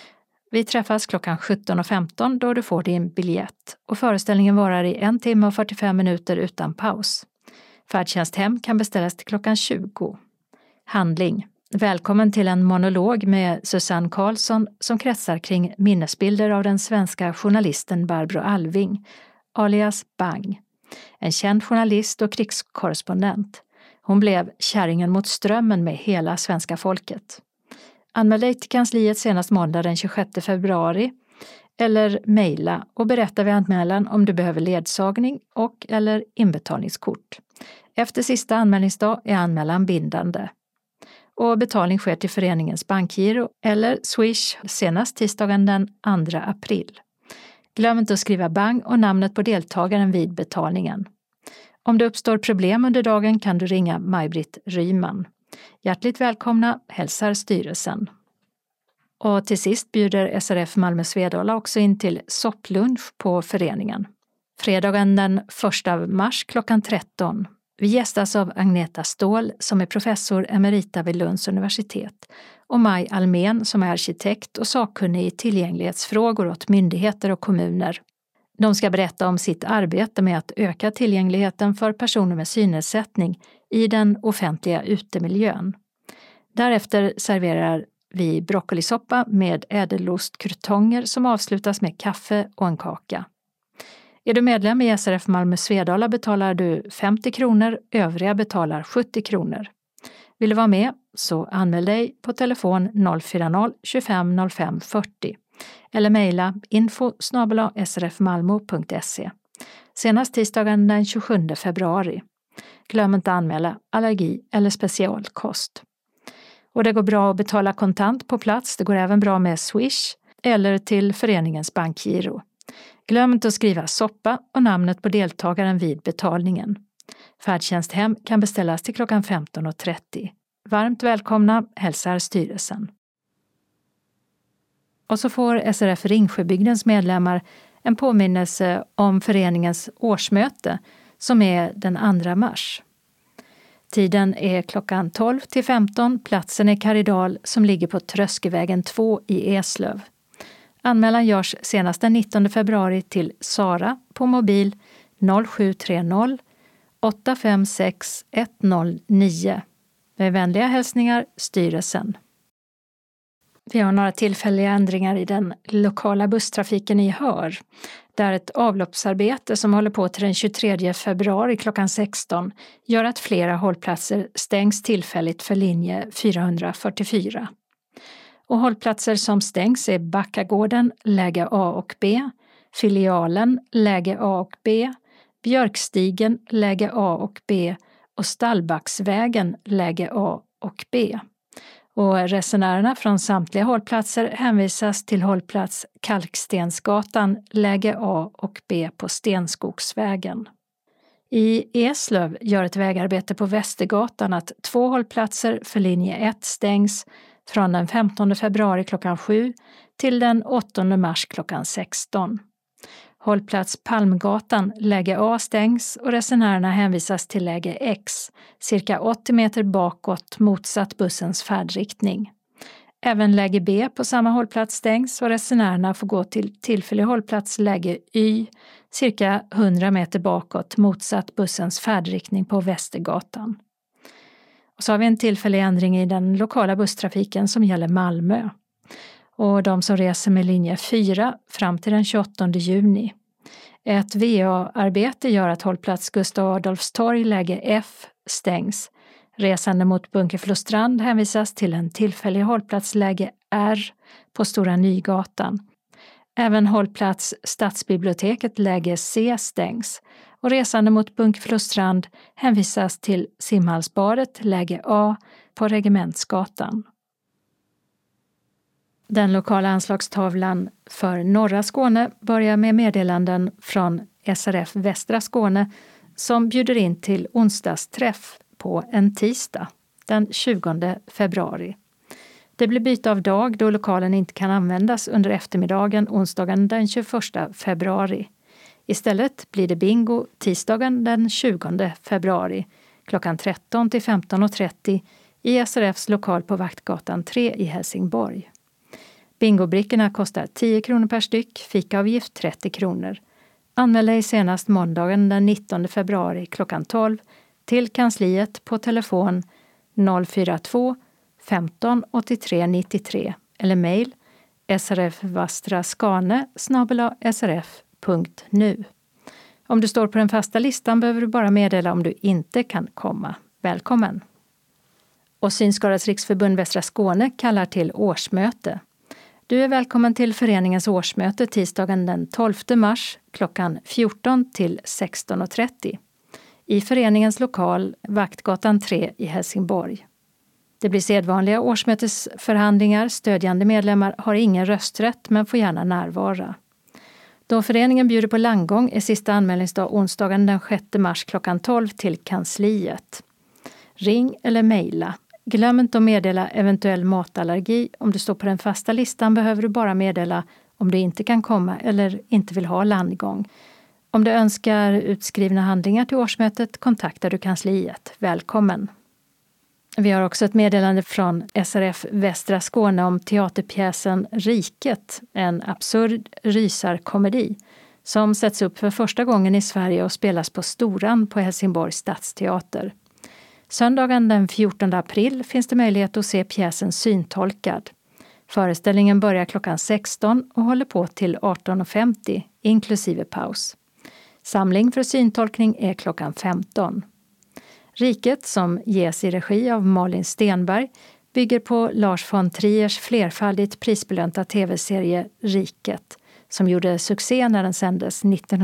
Vi träffas klockan 17.15 då du får din biljett och föreställningen varar i 1 timme och 45 minuter utan paus. Färdtjänst hem kan beställas till klockan 20. Handling. Välkommen till en monolog med Susanne Karlsson som kretsar kring minnesbilder av den svenska journalisten Barbro Alving, alias Bang. En känd journalist och krigskorrespondent. Hon blev kärringen mot strömmen med hela svenska folket. Anmäl dig till kansliet senast måndag den 26 februari eller mejla och berätta vid anmälan om du behöver ledsagning och eller inbetalningskort. Efter sista anmälningsdag är anmälan bindande. Och betalning sker till föreningens bankgiro eller Swish senast tisdagen den 2 april. Glöm inte att skriva Bang och namnet på deltagaren vid betalningen. Om det uppstår problem under dagen kan du ringa Maj-Britt Ryman. Hjärtligt välkomna, hälsar styrelsen. Och till sist bjuder SRF Malmö Svedala också in till sopplunch på föreningen. Fredagen den 1 mars klockan 13. Vi gästas av Agneta Ståhl som är professor emerita vid Lunds universitet och Maj Almén som är arkitekt och sakkunnig i tillgänglighetsfrågor åt myndigheter och kommuner. De ska berätta om sitt arbete med att öka tillgängligheten för personer med synnedsättning i den offentliga utemiljön. Därefter serverar vi broccolisoppa med ädelostkrutonger som avslutas med kaffe och en kaka. Är du medlem i SRF Malmö Svedala betalar du 50 kronor, övriga betalar 70 kronor. Vill du vara med så anmäl dig på telefon 040 25 05 40 eller mejla info@srfmalmo.se. Senast tisdagen den 27 februari. Glöm inte anmäla allergi eller specialkost. Och det går bra att betala kontant på plats, det går även bra med Swish eller till föreningens bankgiro. Glöm inte att skriva soppa och namnet på deltagaren vid betalningen. Färdtjänst hem kan beställas till klockan 15.30. Varmt välkomna, hälsar styrelsen. Och så får SRF Ringsjöbygdens medlemmar en påminnelse om föreningens årsmöte som är den 2 mars. Tiden är klockan 12 till 15, platsen är Karidal som ligger på Tröskevägen 2 i Eslöv. Anmälan görs senast den 19 februari till Sara på mobil 0730 856 109. Med vänliga hälsningar, styrelsen. Vi har några tillfälliga ändringar i den lokala busstrafiken i Hör. Där ett avloppsarbete som håller på till den 23 februari klockan 16 gör att flera hållplatser stängs tillfälligt för linje 444. Och hållplatser som stängs är Backagården, läge A och B, Filialen, läge A och B, Björkstigen, läge A och B och Stallbacksvägen, läge A och B. Och resenärerna från samtliga hållplatser hänvisas till hållplats Kalkstensgatan, läge A och B på Stenskogsvägen. I Eslöv gör ett vägarbete på Västergatan att 2 hållplatser för linje 1 stängs från den 15 februari klockan 7 till den 8 mars klockan 16. Hållplats Palmgatan, läge A stängs och resenärerna hänvisas till läge X, cirka 80 meter bakåt motsatt bussens färdriktning. Även läge B på samma hållplats stängs och resenärerna får gå till tillfällig hållplats läge Y, cirka 100 meter bakåt motsatt bussens färdriktning på Västergatan. Och så har vi en tillfällig ändring i den lokala busstrafiken som gäller Malmö. Och de som reser med linje 4 fram till den 28 juni. Ett VA-arbete gör att hållplats Gustav Adolfs torg läge F stängs. Resande mot Bunkeflostrand hänvisas till en tillfällig hållplats läge R på Stora Nygatan. Även hållplats Stadsbiblioteket läge C stängs. Och resande mot Bunkeflostrand hänvisas till Simhallsbadet läge A på Regementsgatan. Den lokala anslagstavlan för norra Skåne börjar med meddelanden från SRF Västra Skåne som bjuder in till onsdagsträff på en tisdag, den 20 februari. Det blir byte av dag då lokalen inte kan användas under eftermiddagen onsdagen den 21 februari. Istället blir det bingo tisdagen den 20 februari klockan 13 till 15.30 i SRFs lokal på Vaktgatan 3 i Helsingborg. Bingobrickorna kostar 10 kronor per styck, fikaavgift 30 kronor. Anmäl dig senast måndagen den 19 februari klockan 12 till kansliet på telefon 042 15 83 93 eller mejl srfvastraskane@srf.nu. Om du står på den fasta listan behöver du bara meddela om du inte kan komma. Välkommen! Och Synskadades riksförbund Västra Skåne kallar till årsmöte. Du är välkommen till föreningens årsmöte tisdagen den 12 mars klockan 14 till 16.30 i föreningens lokal Vaktgatan 3 i Helsingborg. Det blir sedvanliga årsmötesförhandlingar. Stödjande medlemmar har ingen rösträtt men får gärna närvara. Då föreningen bjuder på landgång är sista anmälningsdag onsdagen den 6 mars klockan 12 till kansliet. Ring eller mejla. Glöm inte att meddela eventuell matallergi. Om du står på den fasta listan behöver du bara meddela om du inte kan komma eller inte vill ha landgång. Om du önskar utskrivna handlingar till årsmötet kontaktar du kansliet. Välkommen! Vi har också ett meddelande från SRF Västra Skåne om teaterpjäsen Riket, en absurd rysarkomedi som sätts upp för första gången i Sverige och spelas på Storan på Helsingborgs stadsteater. Söndagen den 14 april finns det möjlighet att se pjäsen syntolkad. Föreställningen börjar klockan 16 och håller på till 18.50 inklusive paus. Samling för syntolkning är klockan 15. Riket, som ges i regi av Malin Stenberg, bygger på Lars von Triers flerfaldigt prisbelönta tv-serie Riket, som gjorde succé när den sändes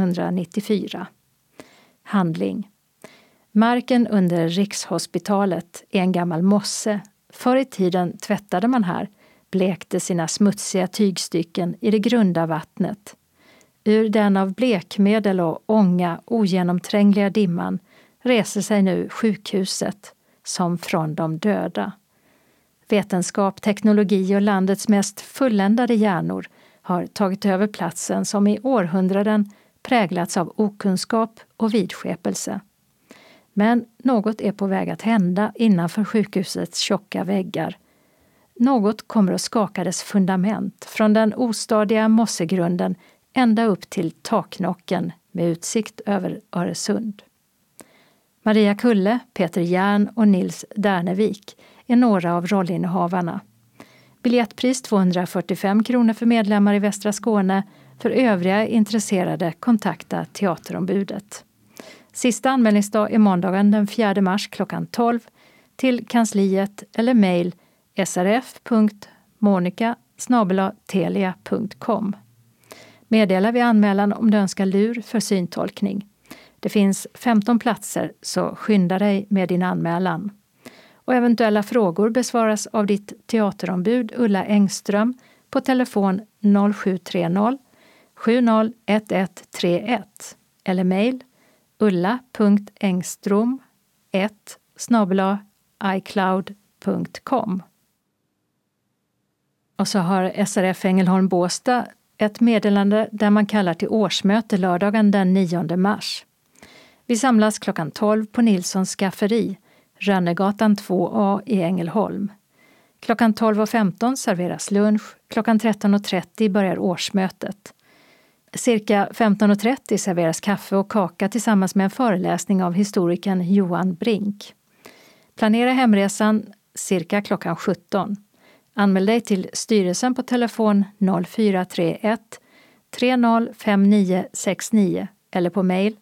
1994. Handling. Marken under Rikshospitalet är en gammal mosse. Förr i tiden tvättade man här, blekte sina smutsiga tygstycken i det grunda vattnet. Ur den av blekmedel och ånga ogenomträngliga dimman reser sig nu sjukhuset som från de döda. Vetenskap, teknologi och landets mest fulländade hjärnor har tagit över platsen som i århundraden präglats av okunskap och vidskepelse. Men något är på väg att hända innanför sjukhusets tjocka väggar. Något kommer att skaka dess fundament från den ostadiga mossegrunden ända upp till taknocken med utsikt över Öresund. Maria Kulle, Peter Järn och Nils Dernevik är några av rollinnehavarna. Biljettpris 245 kronor för medlemmar i Västra Skåne. För övriga intresserade kontakta teaterombudet. Sista anmälningsdag är måndagen den 4 mars klockan 12 till kansliet eller mejl srf.monica@telia.com. Meddela vid anmälan om du önskar lur för syntolkning. Det finns 15 platser, så skynda dig med din anmälan. Och eventuella frågor besvaras av ditt teaterombud Ulla Engström på telefon 0730 701131 eller mejl ulla.engstrom1@icloud.com. Och så har SRF Ängelholm Båstad ett meddelande där man kallar till årsmöte lördagen den 9 mars. Vi samlas klockan 12 på Nilssons skafferi, Rönnegatan 2A i Ängelholm. Klockan 12.15 serveras lunch, klockan 13.30 börjar årsmötet. Cirka 15.30 serveras kaffe och kaka tillsammans med en föreläsning av historikern Johan Brink. Planera hemresan cirka klockan 17. Anmäl dig till styrelsen på telefon 0431 305969 eller på mejl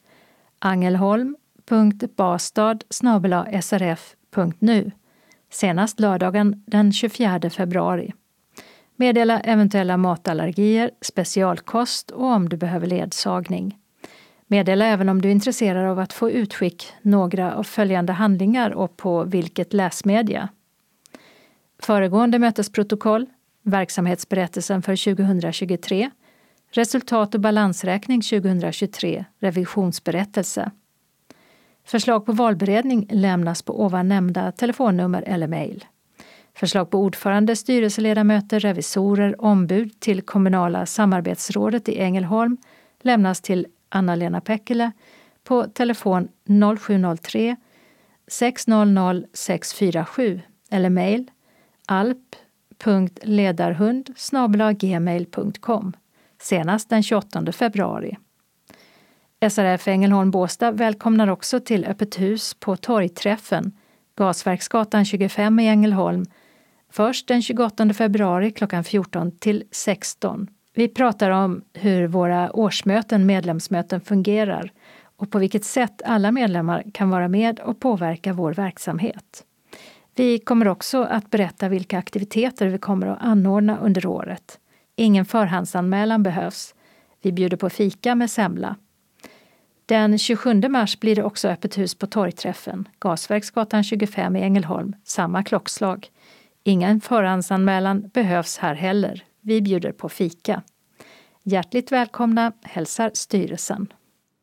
angelholm.bastad@srf.nu senast lördagen den 24 februari. Meddela eventuella matallergier, specialkost och om du behöver ledsagning. Meddela även om du är intresserad av att få utskick några av följande handlingar och på vilket läsmedia. Föregående mötesprotokoll, verksamhetsberättelsen för 2023, resultat- och balansräkning 2023, revisionsberättelse. Förslag på valberedning lämnas på ovan nämnda telefonnummer eller mejl. Förslag på ordförande, styrelseledamöter, revisorer, ombud till kommunala samarbetsrådet i Ängelholm lämnas till Anna-Lena Pekkele på telefon 0703 600 647 eller mejl alp srf.ledarhund@gmail.com senast den 28 februari. SRF Ängelholm Båstad välkomnar också till öppet hus på Torgträffen, Gasverksgatan 25 i Ängelholm, först den 28 februari klockan 14 till 16. Vi pratar om hur våra årsmöten, medlemsmöten fungerar och på vilket sätt alla medlemmar kan vara med och påverka vår verksamhet. Vi kommer också att berätta vilka aktiviteter vi kommer att anordna under året. Ingen förhandsanmälan behövs. Vi bjuder på fika med semla. Den 27 mars blir det också öppet hus på Torgträffen, Gasverksgatan 25 i Ängelholm, samma klockslag. Ingen förhandsanmälan behövs här heller. Vi bjuder på fika. Hjärtligt välkomna, hälsar styrelsen.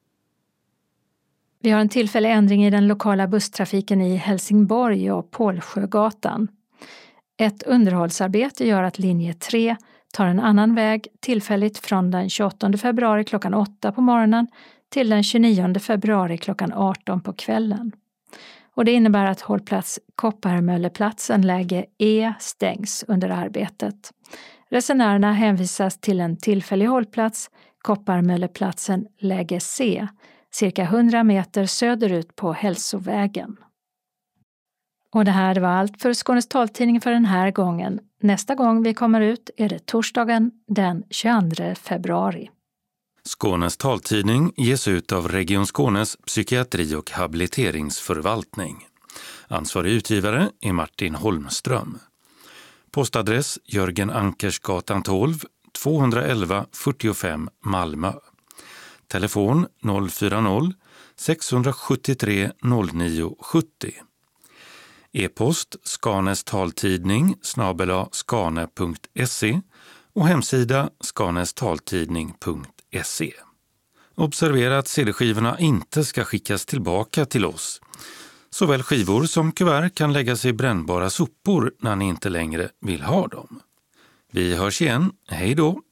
Vi har en tillfällig ändring i den lokala busstrafiken i Helsingborg och Pålsjögatan. Ett underhållsarbete gör att linje 3 tar en annan väg tillfälligt från den 28 februari klockan 8 på morgonen till den 29 februari klockan 18 på kvällen. Och det innebär att hållplats Kopparmölleplatsen läge E stängs under arbetet. Resenärerna hänvisas till en tillfällig hållplats, Kopparmölleplatsen läge C, cirka 100 meter söderut på Hälsovägen. Och det här var allt för Skånes taltidning för den här gången. Nästa gång vi kommer ut är det torsdagen den 22 februari. Skånes taltidning ges ut av Region Skånes psykiatri- och habiliteringsförvaltning. Ansvarig utgivare är Martin Holmström. Postadress Jörgen Ankersgatan 12, 211 45 Malmö. Telefon 040-673 0970. E-post skanestaltidning@skane.se och hemsida skanestaltidning.se. Observera att CD-skivorna inte ska skickas tillbaka till oss. Såväl skivor som kuvert kan läggas i brännbara sopor när ni inte längre vill ha dem. Vi hörs igen. Hej då!